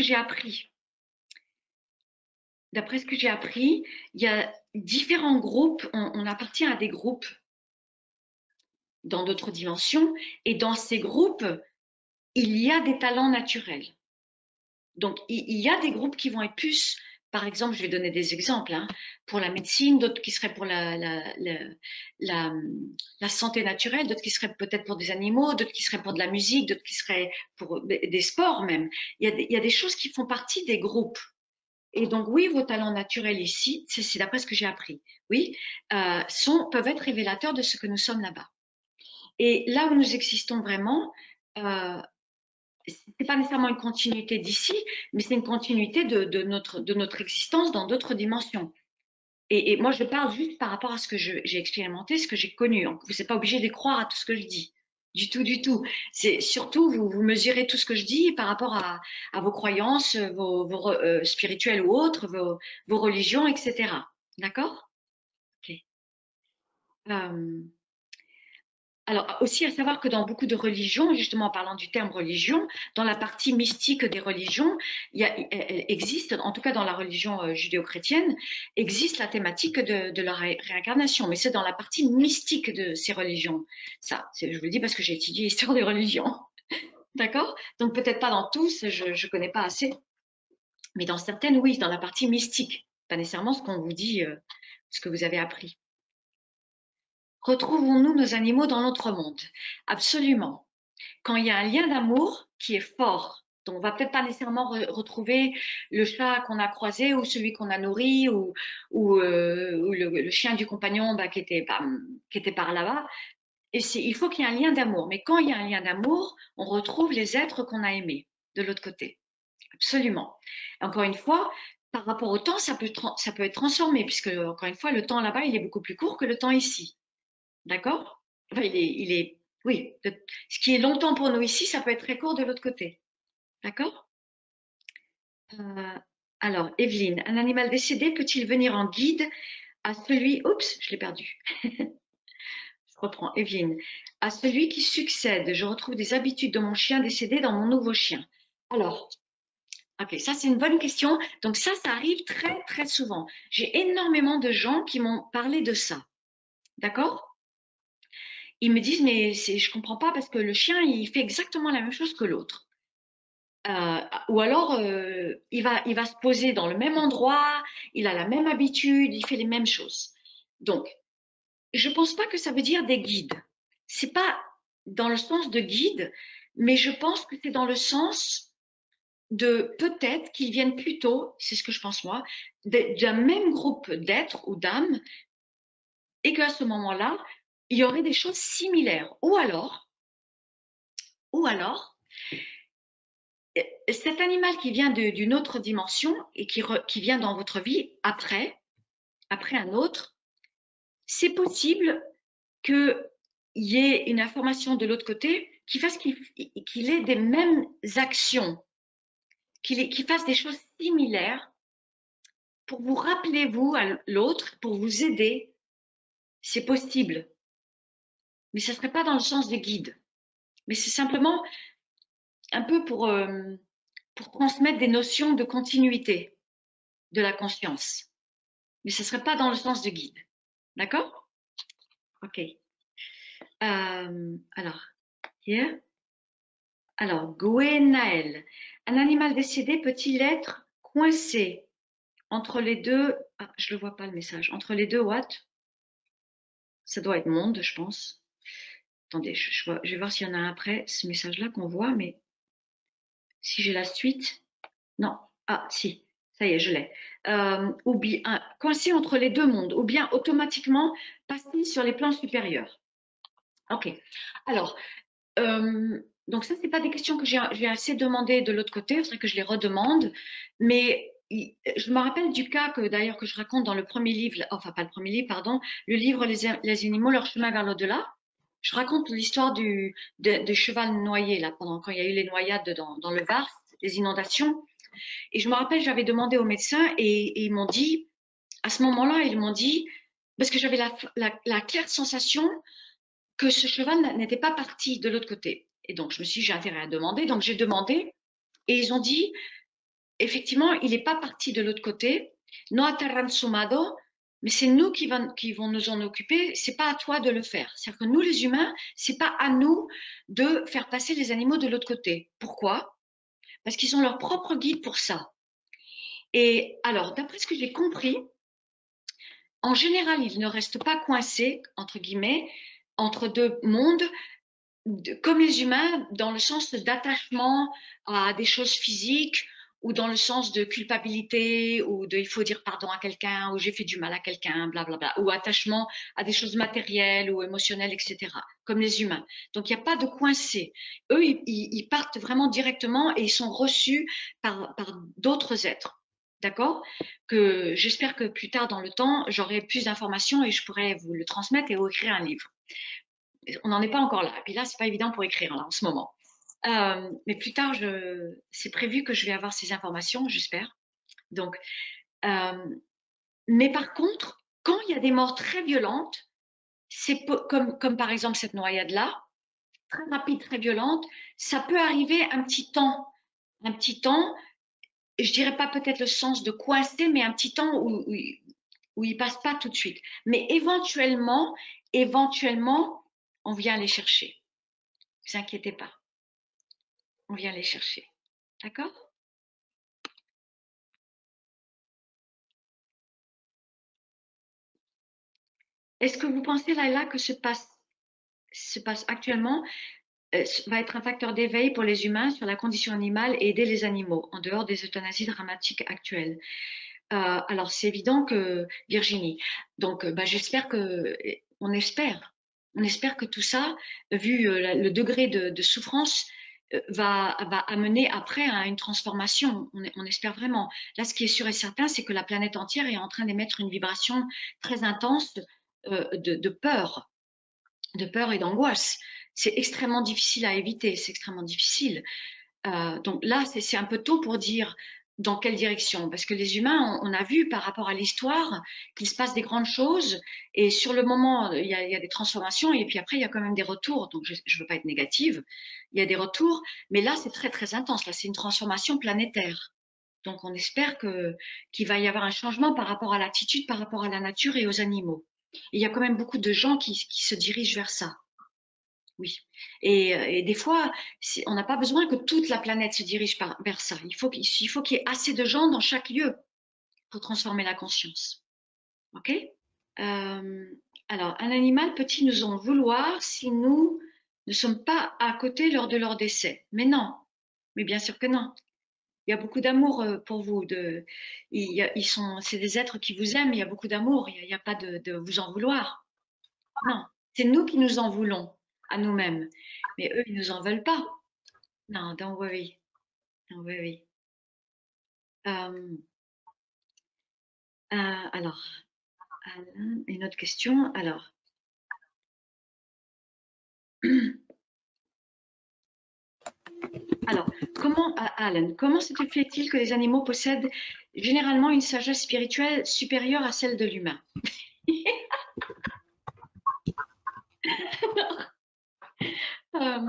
d'après ce que j'ai appris, il y a différents groupes, on appartient à des groupes dans d'autres dimensions, et dans ces groupes, il y a des talents naturels. Donc, il y a des groupes qui vont être plus, par exemple, je vais donner des exemples, hein, pour la médecine, d'autres qui seraient pour la santé naturelle, d'autres qui seraient peut-être pour des animaux, d'autres qui seraient pour de la musique, d'autres qui seraient pour des sports même. Il y a des choses qui font partie des groupes. Et donc, oui, vos talents naturels ici, c'est d'après ce que j'ai appris, oui, peuvent être révélateurs de ce que nous sommes là-bas. Et là où nous existons vraiment, c'est pas nécessairement une continuité d'ici, mais c'est une continuité de notre existence dans d'autres dimensions. Et moi, je parle juste par rapport à ce que j'ai expérimenté, ce que j'ai connu. Vous n'êtes pas obligé de croire à tout ce que je dis. Du tout, du tout. C'est surtout, vous mesurez tout ce que je dis par rapport à vos croyances, vos spirituelles ou autres, vos religions, etc. D'accord? Ok. Euh, Alors, aussi à savoir que dans beaucoup de religions, justement en parlant du terme religion, dans la partie mystique des religions, elle existe, en tout cas dans la religion judéo-chrétienne, existe la thématique de la réincarnation, mais c'est dans la partie mystique de ces religions. Ça, je vous le dis parce que j'ai étudié l'histoire des religions. D'accord? Donc peut-être pas dans tous, je ne connais pas assez, mais dans certaines, oui, dans la partie mystique, pas nécessairement ce qu'on vous dit, ce que vous avez appris. Retrouvons-nous nos animaux dans notre monde? Absolument. Quand il y a un lien d'amour qui est fort, donc on va peut-être pas nécessairement retrouver le chat qu'on a croisé ou celui qu'on a nourri ou le chien du compagnon qui était par là-bas. Et il faut qu'il y ait un lien d'amour. Mais quand il y a un lien d'amour, on retrouve les êtres qu'on a aimés de l'autre côté. Absolument. Encore une fois, par rapport au temps, ça peut être transformé puisque, encore une fois, le temps là-bas, il est beaucoup plus court que le temps ici. D'accord? Enfin, oui, ce qui est longtemps pour nous ici, ça peut être très court de l'autre côté. D'accord? Euh, alors, Evelyne, un animal décédé peut-il venir en guide à celui, oups, je l'ai perdu. Je reprends, Evelyne, à celui qui succède. Je retrouve des habitudes de mon chien décédé dans mon nouveau chien. Alors, ok, ça c'est une bonne question. Donc ça arrive très très souvent. J'ai énormément de gens qui m'ont parlé de ça. D'accord? Ils me disent, mais je comprends pas parce que le chien, il fait exactement la même chose que l'autre. Ou alors, il va se poser dans le même endroit, il a la même habitude, il fait les mêmes choses. Donc, je pense pas que ça veut dire des guides. C'est pas dans le sens de guide, mais je pense que c'est dans le sens de peut-être qu'ils viennent plutôt, c'est ce que je pense moi, d'un même groupe d'êtres ou d'âmes, et qu'à ce moment-là, il y aurait des choses similaires. Ou alors, cet animal qui vient d'une autre dimension et qui vient dans votre vie après un autre, c'est possible qu'il y ait une information de l'autre côté qui fasse qu'il ait des mêmes actions, qu'il fasse des choses similaires pour vous rappeler, vous, à l'autre, pour vous aider. C'est possible. Mais ce ne serait pas dans le sens des guides. Mais c'est simplement un peu pour transmettre des notions de continuité de la conscience. Mais ce ne serait pas dans le sens de guide. D'accord? Ok. Alors, here. Alors, Gwenaël. Un animal décédé peut-il être coincé entre les deux, ah, je le vois pas le message, entre les deux what? Ça doit être monde, je pense. Attendez, je vais voir s'il y en a un après ce message-là qu'on voit, mais si j'ai la suite, non. Ah, si, ça y est, je l'ai. Ou bien coincé entre les deux mondes, ou bien automatiquement passer sur les plans supérieurs. Ok. Alors, donc ça, c'est pas des questions que j'ai assez demandées de l'autre côté, c'est vrai que je les redemande, mais je me rappelle du cas que d'ailleurs que je raconte dans le premier livre, enfin pas le premier livre, pardon, le livre Les animaux, leur chemin vers l'au-delà. Je raconte l'histoire du cheval noyé là pendant quand il y a eu les noyades dans le Var, les inondations. Et je me rappelle, j'avais demandé aux médecins et ils m'ont dit, à ce moment-là, ils m'ont dit, parce que j'avais la claire sensation que ce cheval n'était pas parti de l'autre côté. Et donc, je me suis dit, j'ai intérêt à demander. Donc, j'ai demandé et ils ont dit, effectivement, il n'est pas parti de l'autre côté. No aterran sumado, mais c'est nous qui vont nous en occuper. C'est pas à toi de le faire. C'est-à-dire que nous, les humains, c'est pas à nous de faire passer les animaux de l'autre côté. Pourquoi? Parce qu'ils ont leur propre guide pour ça. Et alors, d'après ce que j'ai compris, en général, ils ne restent pas coincés, entre guillemets, entre deux mondes, comme les humains, dans le sens d'attachement à des choses physiques ou dans le sens de culpabilité ou de il faut dire pardon à quelqu'un ou j'ai fait du mal à quelqu'un, blablabla, ou attachement à des choses matérielles ou émotionnelles, etc., comme les humains. Donc, il n'y a pas de coincé. Eux, ils partent vraiment directement et ils sont reçus par d'autres êtres. D'accord? Que j'espère que plus tard dans le temps, j'aurai plus d'informations et je pourrai vous le transmettre et vous écrire un livre. On n'en est pas encore là. Et puis là, c'est pas évident pour écrire là en ce moment. Mais plus tard, c'est prévu que je vais avoir ces informations, j'espère. Donc, mais par contre, quand il y a des morts très violentes, c'est comme par exemple cette noyade-là, très rapide, très violente, ça peut arriver un petit temps. Je dirais pas peut-être le sens de coincer, mais un petit temps où il passe pas tout de suite. Mais éventuellement, on vient les chercher. Ne vous inquiétez pas. On vient les chercher. D'accord? Est-ce que vous pensez, Laila, que se passe actuellement va être un facteur d'éveil pour les humains sur la condition animale et aider les animaux, en dehors des euthanasies dramatiques actuelles? Alors, c'est évident que, Virginie, donc bah, on espère que tout ça, vu le degré de souffrance, va amener après à une transformation. On espère vraiment. Là, ce qui est sûr et certain, c'est que la planète entière est en train d'émettre une vibration très intense de peur, et d'angoisse. C'est extrêmement difficile à éviter, c'est extrêmement difficile. Donc là, c'est un peu tôt pour dire dans quelle direction, parce que les humains, on a vu par rapport à l'histoire qu'il se passe des grandes choses, et sur le moment, il y a des transformations, et puis après, il y a quand même des retours. Donc, je ne veux pas être négative, il y a des retours, mais là, c'est très, très intense. Là, c'est une transformation planétaire. Donc, on espère qu'il va y avoir un changement par rapport à l'attitude, par rapport à la nature et aux animaux. Et il y a quand même beaucoup de gens qui se dirigent vers ça. Oui. Et des fois, on n'a pas besoin que toute la planète se dirige vers ça. Il faut qu'il y ait assez de gens dans chaque lieu pour transformer la conscience. OK? Euh, alors, un animal peut-il nous en vouloir si nous ne sommes pas à côté lors de leur décès? Mais non. Mais bien sûr que non. Il y a beaucoup d'amour pour vous. C'est des êtres qui vous aiment. Il y a beaucoup d'amour. Il n'y a pas de vous en vouloir. Non. C'est nous qui nous en voulons à nous-mêmes. Mais eux, ils nous en veulent pas. Non, don't worry. Don't worry. Euh, alors, Alain, une autre question. Alors, Alan, comment se fait-il que les animaux possèdent généralement une sagesse spirituelle supérieure à celle de l'humain? Euh,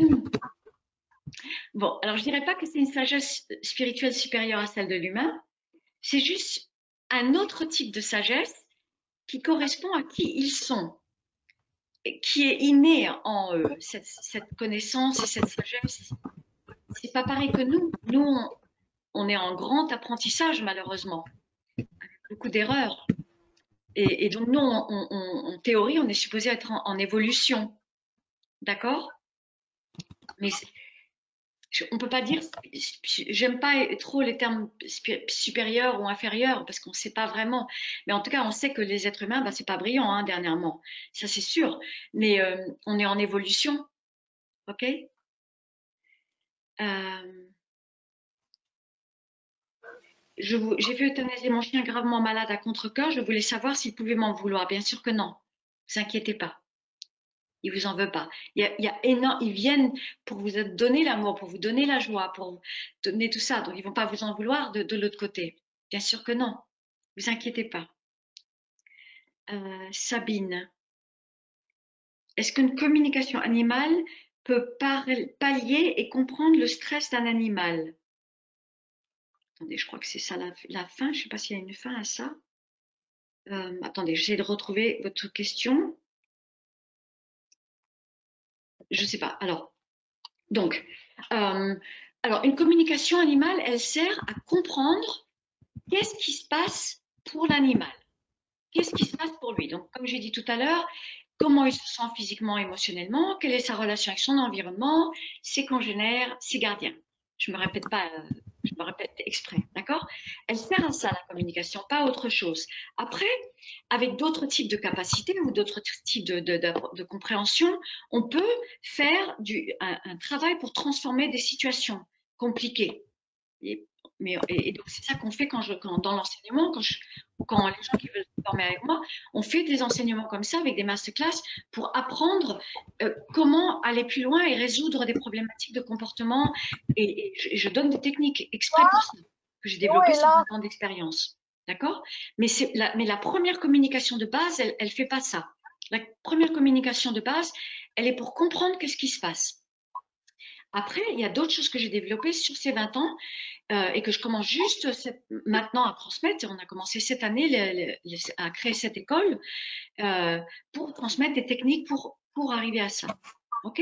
Bon, alors je dirais pas que c'est une sagesse spirituelle supérieure à celle de l'humain, c'est juste un autre type de sagesse qui correspond à qui ils sont, qui est inné en eux, cette connaissance et cette sagesse. C'est pas pareil que nous. on est en grand apprentissage, malheureusement, beaucoup d'erreurs. Et donc, nous, en théorie, on est supposé être en évolution. D'accord? Mais on peut pas dire, j'aime pas trop les termes supérieurs ou inférieurs parce qu'on ne sait pas vraiment. Mais en tout cas, on sait que les êtres humains, bah, c'est pas brillant, hein, dernièrement. Ça, c'est sûr. Mais on est en évolution. OK? Euh, j'ai fait euthanasier mon chien gravement malade à contre-cœur. Je voulais savoir s'il pouvait m'en vouloir. Bien sûr que non. Ne vous inquiétez pas. Il vous en veut pas. Ils viennent pour vous donner l'amour, pour vous donner la joie, pour vous donner tout ça. Donc, ils vont pas vous en vouloir de l'autre côté. Bien sûr que non. Ne vous inquiétez pas. Sabine, est-ce qu'une communication animale peut pallier et comprendre le stress d'un animal? Attendez, je crois que c'est ça la fin. Je ne sais pas s'il y a une fin à ça. Attendez, j'essaie de retrouver votre question. Je ne sais pas. Donc, euh, alors, une communication animale, elle sert à comprendre qu'est-ce qui se passe pour l'animal. Qu'est-ce qui se passe pour lui? Donc, comme j'ai dit tout à l'heure, comment il se sent physiquement, émotionnellement, quelle est sa relation avec son environnement, ses congénères, ses gardiens. Je me répète pas, je me répète exprès, d'accord? Elle sert à ça, la communication, pas autre chose. Après, avec d'autres types de capacités ou d'autres types de compréhension, on peut faire un travail pour transformer des situations compliquées. Et, et donc, c'est ça qu'on fait dans l'enseignement, quand les gens qui veulent se former avec moi, on fait des enseignements comme ça avec des masterclass pour apprendre comment aller plus loin et résoudre des problématiques de comportement. Et je donne des techniques exprès pour ça, que j'ai développées sur 20 ans d'expérience. D'accord? Mais la première communication de base, elle fait pas ça. La première communication de base, elle est pour comprendre qu'est-ce qui se passe. Après, il y a d'autres choses que j'ai développées sur ces 20 ans et que je commence juste maintenant à transmettre. On a commencé cette année à créer cette école pour transmettre des techniques pour arriver à ça. OK?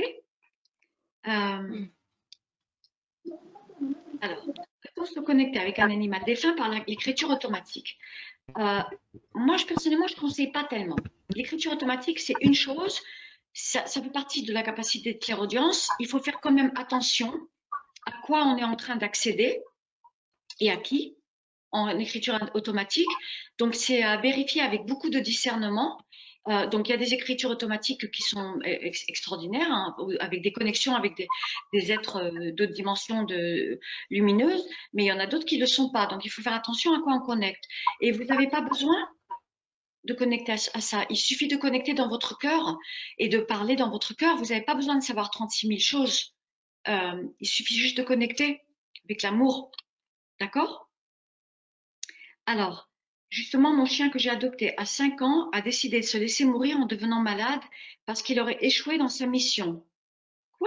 Alors, pour se connecter avec un animal défunt par l'écriture automatique. Moi, personnellement, je ne conseille pas tellement. L'écriture automatique, c'est une chose, ça fait partie de la capacité de clairaudience. Il faut faire quand même attention à quoi on est en train d'accéder et à qui en écriture automatique. Donc, c'est à vérifier avec beaucoup de discernement. Donc, il y a des écritures automatiques qui sont extraordinaires, hein, avec des connexions avec des êtres d'autres dimensions lumineuses, mais il y en a d'autres qui ne le sont pas. Donc, il faut faire attention à quoi on connecte. Et vous n'avez pas besoin de connecter à ça. Il suffit de connecter dans votre cœur et de parler dans votre cœur. Vous n'avez pas besoin de savoir 36 000 choses. Il suffit juste de connecter avec l'amour. D'accord? Alors, justement, mon chien que j'ai adopté à 5 ans a décidé de se laisser mourir en devenant malade parce qu'il aurait échoué dans sa mission. Quoi?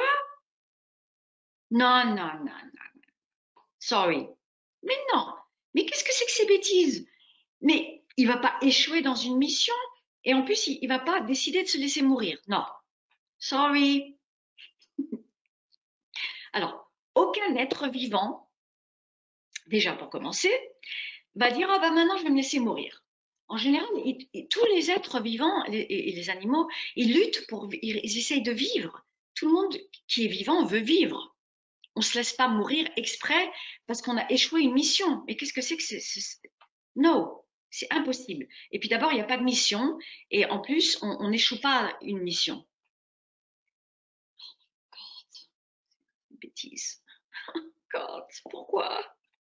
Non, non, non, non. Sorry. Mais non. Mais qu'est-ce que c'est que ces bêtises? Mais il va pas échouer dans une mission et en plus, il va pas décider de se laisser mourir. Non. Sorry. Alors, aucun être vivant, déjà pour commencer, va dire ah bah maintenant je vais me laisser mourir. En général, tous les êtres vivants et les animaux, ils luttent ils essayent de vivre. Tout le monde qui est vivant veut vivre. On se laisse pas mourir exprès parce qu'on a échoué une mission. Mais qu'est-ce que c'est que Non, c'est impossible. Et puis d'abord, il n'y a pas de mission, et en plus, on n'échoue pas une mission. Bêtise. God, pourquoi?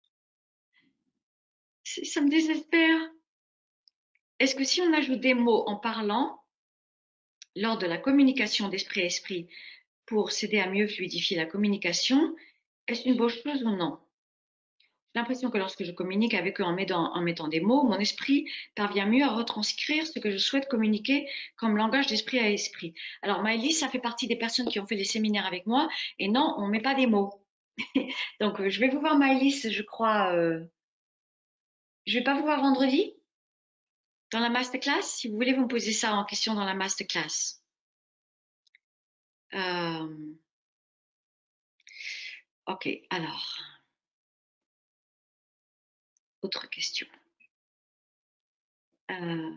Ça me désespère. Est-ce que si on ajoute des mots en parlant, lors de la communication d'esprit à esprit, pour s'aider à mieux fluidifier la communication, est-ce une bonne chose ou non? J'ai l'impression que lorsque je communique avec eux en mettant des mots, mon esprit parvient mieux à retranscrire ce que je souhaite communiquer comme langage d'esprit à esprit. Alors, Maëlys, ça fait partie des personnes qui ont fait les séminaires avec moi, et non, on ne met pas des mots. Donc, je vais vous voir, Maëlys, je crois. Je ne vais pas vous voir vendredi dans la masterclass. Si vous voulez, vous me posez ça en question dans la masterclass. Ok, alors. Autre question. Un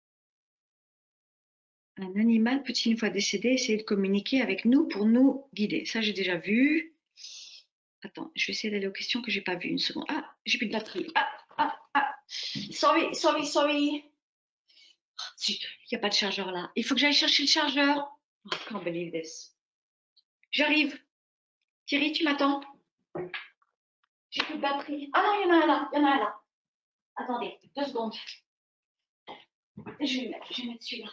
animal peut-il, une fois décédé, essayer de communiquer avec nous pour nous guider? Ça, j'ai déjà vu. Attends, je vais essayer d'aller aux questions que j'ai pas vues. Une seconde. Ah, j'ai plus de batterie. Ah. Sorry. Zut, il n'y a pas de chargeur là. Il faut que j'aille chercher le chargeur. Oh, I can't believe this. J'arrive. Thierry, tu m'attends? J'ai plus de batterie. Ah non, il y en a un là. Il y en a un là. Attendez, 2 secondes. Je vais mettre celui-là.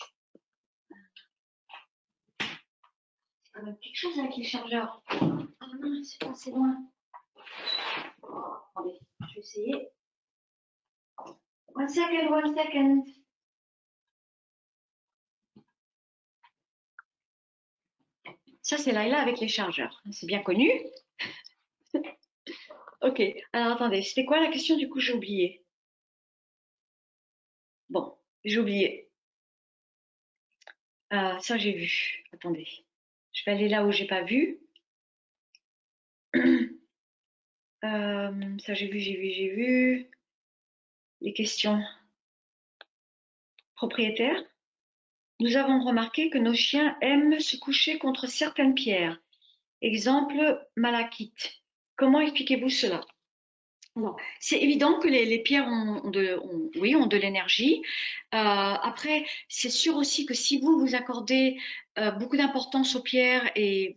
C'est quand même quelque chose avec les chargeurs. Ah non, c'est pas assez loin. Attendez, je vais essayer. One second. Ça, c'est Laila avec les chargeurs. C'est bien connu. Ok, alors attendez, c'était quoi la question du coup? J'ai oublié. Bon, j'ai oublié. Ça, j'ai vu. Attendez, je vais aller là où j'ai pas vu. Ça, j'ai vu. Les questions propriétaires. Nous avons remarqué que nos chiens aiment se coucher contre certaines pierres. Exemple, malachite. Comment expliquez-vous cela? Alors, c'est évident que les pierres ont de l'énergie. Après, c'est sûr aussi que si vous accordez beaucoup d'importance aux pierres et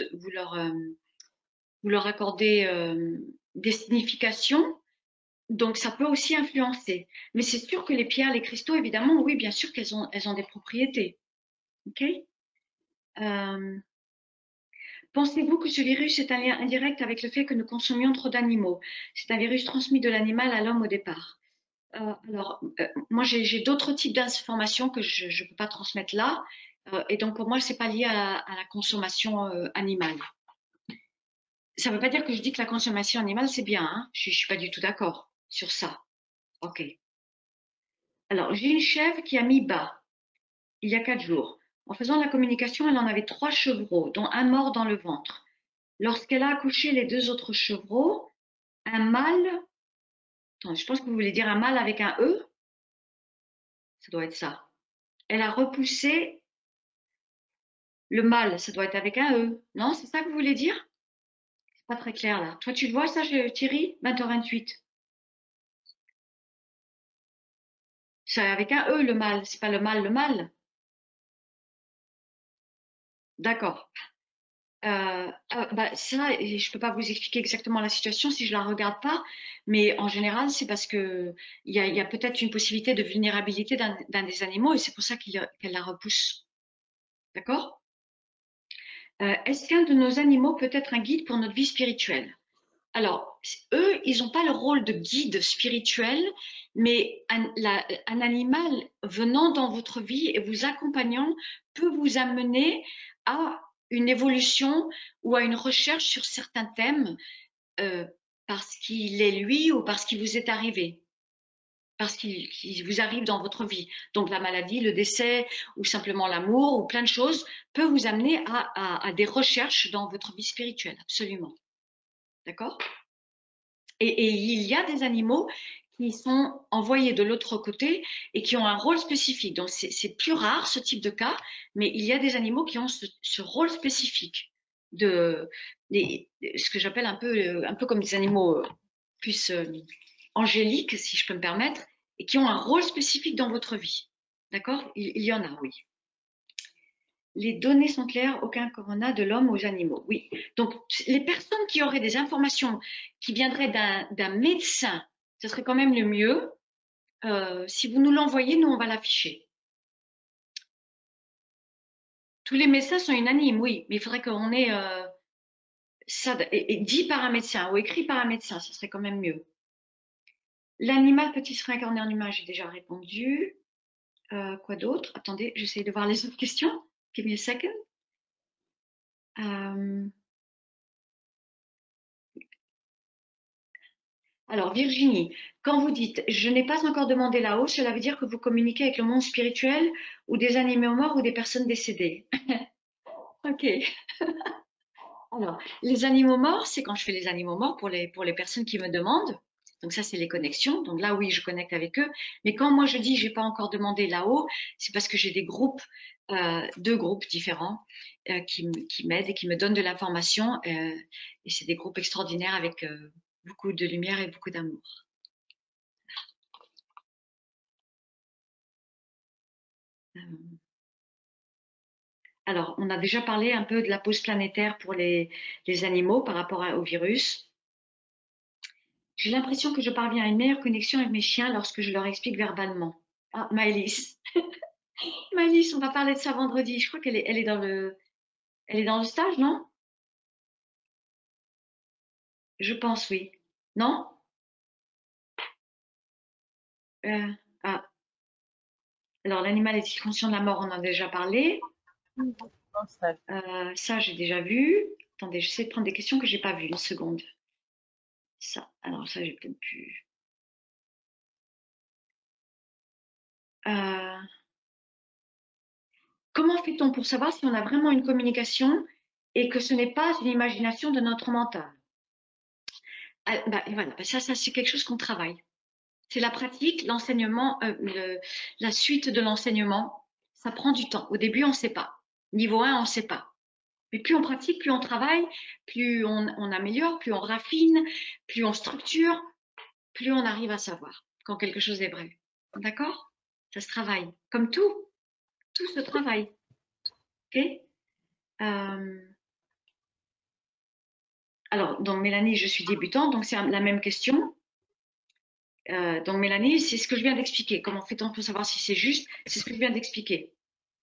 vous leur accordez des significations, donc ça peut aussi influencer. Mais c'est sûr que les pierres, les cristaux, évidemment, oui, bien sûr elles ont des propriétés. Ok? Euh, Pensez-vous que ce virus est un lien indirect avec le fait que nous consommions trop d'animaux? C'est un virus transmis de l'animal à l'homme au départ. Moi, j'ai d'autres types d'informations que je ne peux pas transmettre là. Et donc, pour moi, c'est pas lié à la consommation animale. Ça ne veut pas dire que je dis que la consommation animale, c'est bien. Hein. Je ne suis pas du tout d'accord sur ça. OK. Alors, j'ai une chèvre qui a mis bas il y a 4 jours. En faisant la communication, elle en avait 3 chevreaux, dont un mort dans le ventre. Lorsqu'elle a accouché les 2 autres chevreaux, un mâle, attends, je pense que vous voulez dire un mâle avec un E, ça doit être ça. Elle a repoussé le mâle, ça doit être avec un E. Non, c'est ça que vous voulez dire? C'est pas très clair là. Toi, tu le vois ça, Thierry? 20h28. C'est avec un E le mâle, c'est pas le mâle. D'accord. Ça, je peux pas vous expliquer exactement la situation si je la regarde pas, mais en général, c'est parce que il y a peut-être une possibilité de vulnérabilité d'un des animaux et c'est pour ça qu'elle la repousse. D'accord? Est-ce qu'un de nos animaux peut être un guide pour notre vie spirituelle? Alors, eux, ils n'ont pas le rôle de guide spirituel, mais un animal venant dans votre vie et vous accompagnant peut vous amener à une évolution ou à une recherche sur certains thèmes euh, parce qu'il est lui ou parce qu'il vous est arrivé, parce qu'il vous arrive dans votre vie. Donc la maladie, le décès ou simplement l'amour ou plein de choses peut vous amener à des recherches dans votre vie spirituelle, absolument. D'accord? Et il y a des animaux qui sont envoyés de l'autre côté et qui ont un rôle spécifique. Donc c'est plus rare ce type de cas, mais il y a des animaux qui ont ce rôle spécifique de, ce que j'appelle un peu comme des animaux plus angéliques, si je peux me permettre, et qui ont un rôle spécifique dans votre vie. D'accord? Il y en a, oui. Les données sont claires, aucun corona de l'homme aux animaux. Oui. Donc, les personnes qui auraient des informations qui viendraient d'un médecin, ce serait quand même le mieux. Si vous nous l'envoyez, nous, on va l'afficher. Tous les médecins sont unanimes, oui, mais il faudrait qu'on ait ça dit par un médecin ou écrit par un médecin, ce serait quand même mieux. L'animal peut-il se réincarner en humain? J'ai déjà répondu. Quoi d'autre? Attendez, j'essaie de voir les autres questions. Give me a second. Alors, Virginie, quand vous dites je n'ai pas encore demandé là-haut, cela veut dire que vous communiquez avec le monde spirituel ou des animaux morts ou des personnes décédées. Ok. Alors, les animaux morts, c'est quand je fais les animaux morts pour les personnes qui me demandent. Donc ça, c'est les connexions. Donc là, oui, je connecte avec eux. Mais quand moi je dis j'ai pas encore demandé là-haut, c'est parce que j'ai des groupes, 2 groupes différents qui m'aident et qui me donnent de l'information. Et c'est des groupes extraordinaires avec beaucoup de lumière et beaucoup d'amour. Alors, on a déjà parlé un peu de la pause planétaire pour les animaux par rapport au virus. J'ai l'impression que je parviens à une meilleure connexion avec mes chiens lorsque je leur explique verbalement. Ah, Maëlys. Maëlys, on va parler de ça vendredi. Je crois elle est elle est dans le stage, non? Je pense, oui. Non? Euh, ah. Alors, l'animal est-il conscient de la mort? On en a déjà parlé. Ça, j'ai déjà vu. Attendez, j'essaie de prendre des questions que j'ai pas vues. Une seconde. Ça, alors ça, j'ai peut-être pu. Euh, Comment fait-on pour savoir si on a vraiment une communication et que ce n'est pas une imagination de notre mental? Ah, bah, et voilà, bah, ça c'est quelque chose qu'on travaille. C'est la pratique, l'enseignement, la suite de l'enseignement. Ça prend du temps. Au début, on ne sait pas. Niveau 1, on ne sait pas. Mais plus on pratique, plus on travaille, plus on améliore, plus on raffine, plus on structure, plus on arrive à savoir quand quelque chose est vrai. D'accord? Ça se travaille. Comme tout se travaille. Ok? Euh, alors, donc Mélanie, je suis débutante, donc c'est la même question. Donc Mélanie, c'est ce que je viens d'expliquer. Comment fait-on pour savoir si c'est juste? C'est ce que je viens d'expliquer.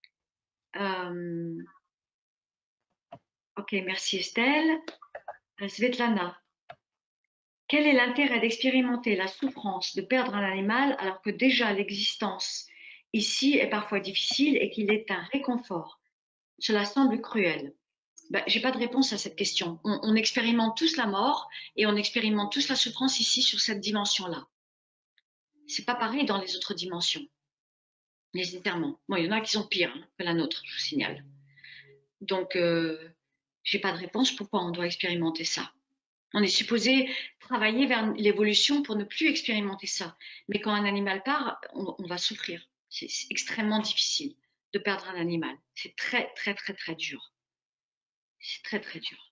Ok, merci Estelle. Svetlana, quel est l'intérêt d'expérimenter la souffrance de perdre un animal alors que déjà l'existence ici est parfois difficile et qu'il est un réconfort? Cela semble cruel. Ben, j'ai pas de réponse à cette question. On expérimente tous la mort et on expérimente tous la souffrance ici sur cette dimension-là. C'est pas pareil dans les autres dimensions, nécessairement. Bon, il y en a qui sont pires que la nôtre, je vous signale. Donc, j'ai pas de réponse pourquoi on doit expérimenter ça. On est supposé travailler vers l'évolution pour ne plus expérimenter ça. Mais quand un animal part, on va souffrir. C'est extrêmement difficile de perdre un animal. C'est très, très, très, très dur. C'est très, très dur.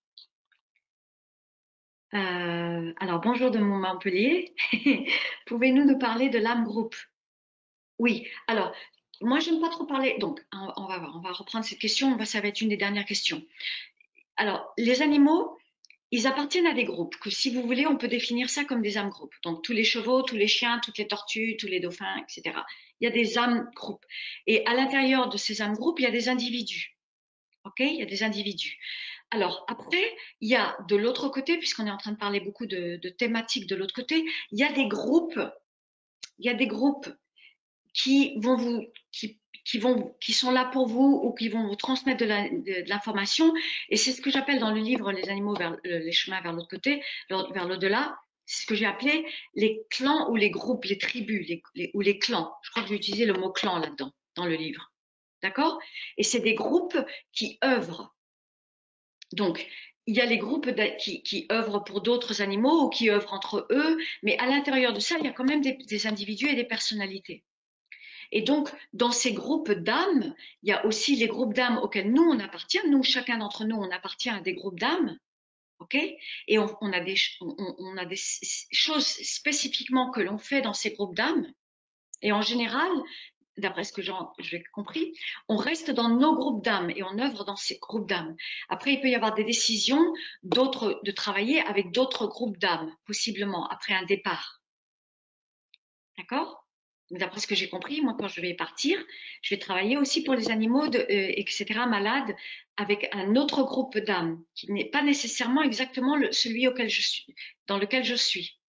Alors, bonjour de Montpellier. Pouvez-nous nous parler de l'âme groupe? Oui, alors, moi, j'aime pas trop parler. Donc, on va voir, on va reprendre cette question. Ça va être une des dernières questions. Alors, les animaux, ils appartiennent à des groupes, que si vous voulez, on peut définir ça comme des âmes groupes. Donc, tous les chevaux, tous les chiens, toutes les tortues, tous les dauphins, etc. Il y a des âmes groupes. Et à l'intérieur de ces âmes groupes, il y a des individus. OK? Il y a des individus. Alors, après, il y a de l'autre côté, puisqu'on est en train de parler beaucoup de thématiques de l'autre côté, il y a des groupes, il y a des groupes qui vont vous, qui sont là pour vous ou qui vont vous transmettre de l'information. Et c'est ce que j'appelle dans le livre Les animaux vers les chemins vers l'autre côté, vers l'au-delà. C'est ce que j'ai appelé les clans ou les groupes, les tribus ou les clans. Je crois que j'ai utilisé le mot clan là-dedans, dans le livre. D'accord? Et c'est des groupes qui œuvrent. Donc, il y a les groupes qui œuvrent pour d'autres animaux ou qui œuvrent entre eux, mais à l'intérieur de ça, il y a quand même des individus et des personnalités. Et donc, dans ces groupes d'âmes, il y a aussi les groupes d'âmes auxquels nous, on appartient. Nous, chacun d'entre nous, on appartient à des groupes d'âmes. OK? Et on a des choses spécifiquement que l'on fait dans ces groupes d'âmes. Et en général, d'après ce que j'ai compris, on reste dans nos groupes d'âmes et on œuvre dans ces groupes d'âmes. Après, il peut y avoir des décisions de travailler avec d'autres groupes d'âmes, possiblement, après un départ. D'accord? D'après ce que j'ai compris, moi, quand je vais partir, je vais travailler aussi pour les animaux, etc., malades, avec un autre groupe d'âmes, qui n'est pas nécessairement exactement celui dans lequel je suis.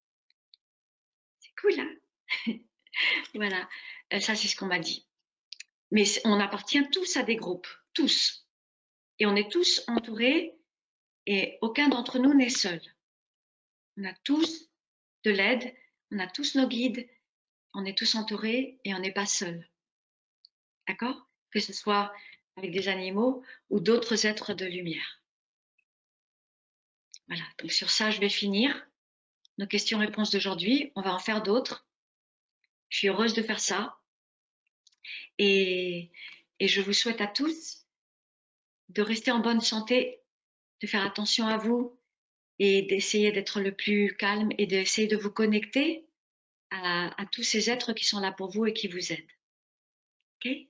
C'est cool, hein? Voilà. Ça, c'est ce qu'on m'a dit. Mais on appartient tous à des groupes, tous. Et on est tous entourés et aucun d'entre nous n'est seul. On a tous de l'aide, on a tous nos guides, on est tous entourés et on n'est pas seul. D'accord? Que ce soit avec des animaux ou d'autres êtres de lumière. Voilà, donc sur ça, je vais finir. nos questions-réponses d'aujourd'hui. On va en faire d'autres. Je suis heureuse de faire ça. Et je vous souhaite à tous de rester en bonne santé, de faire attention à vous et d'essayer d'être le plus calme et d'essayer de vous connecter à tous ces êtres qui sont là pour vous et qui vous aident. OK?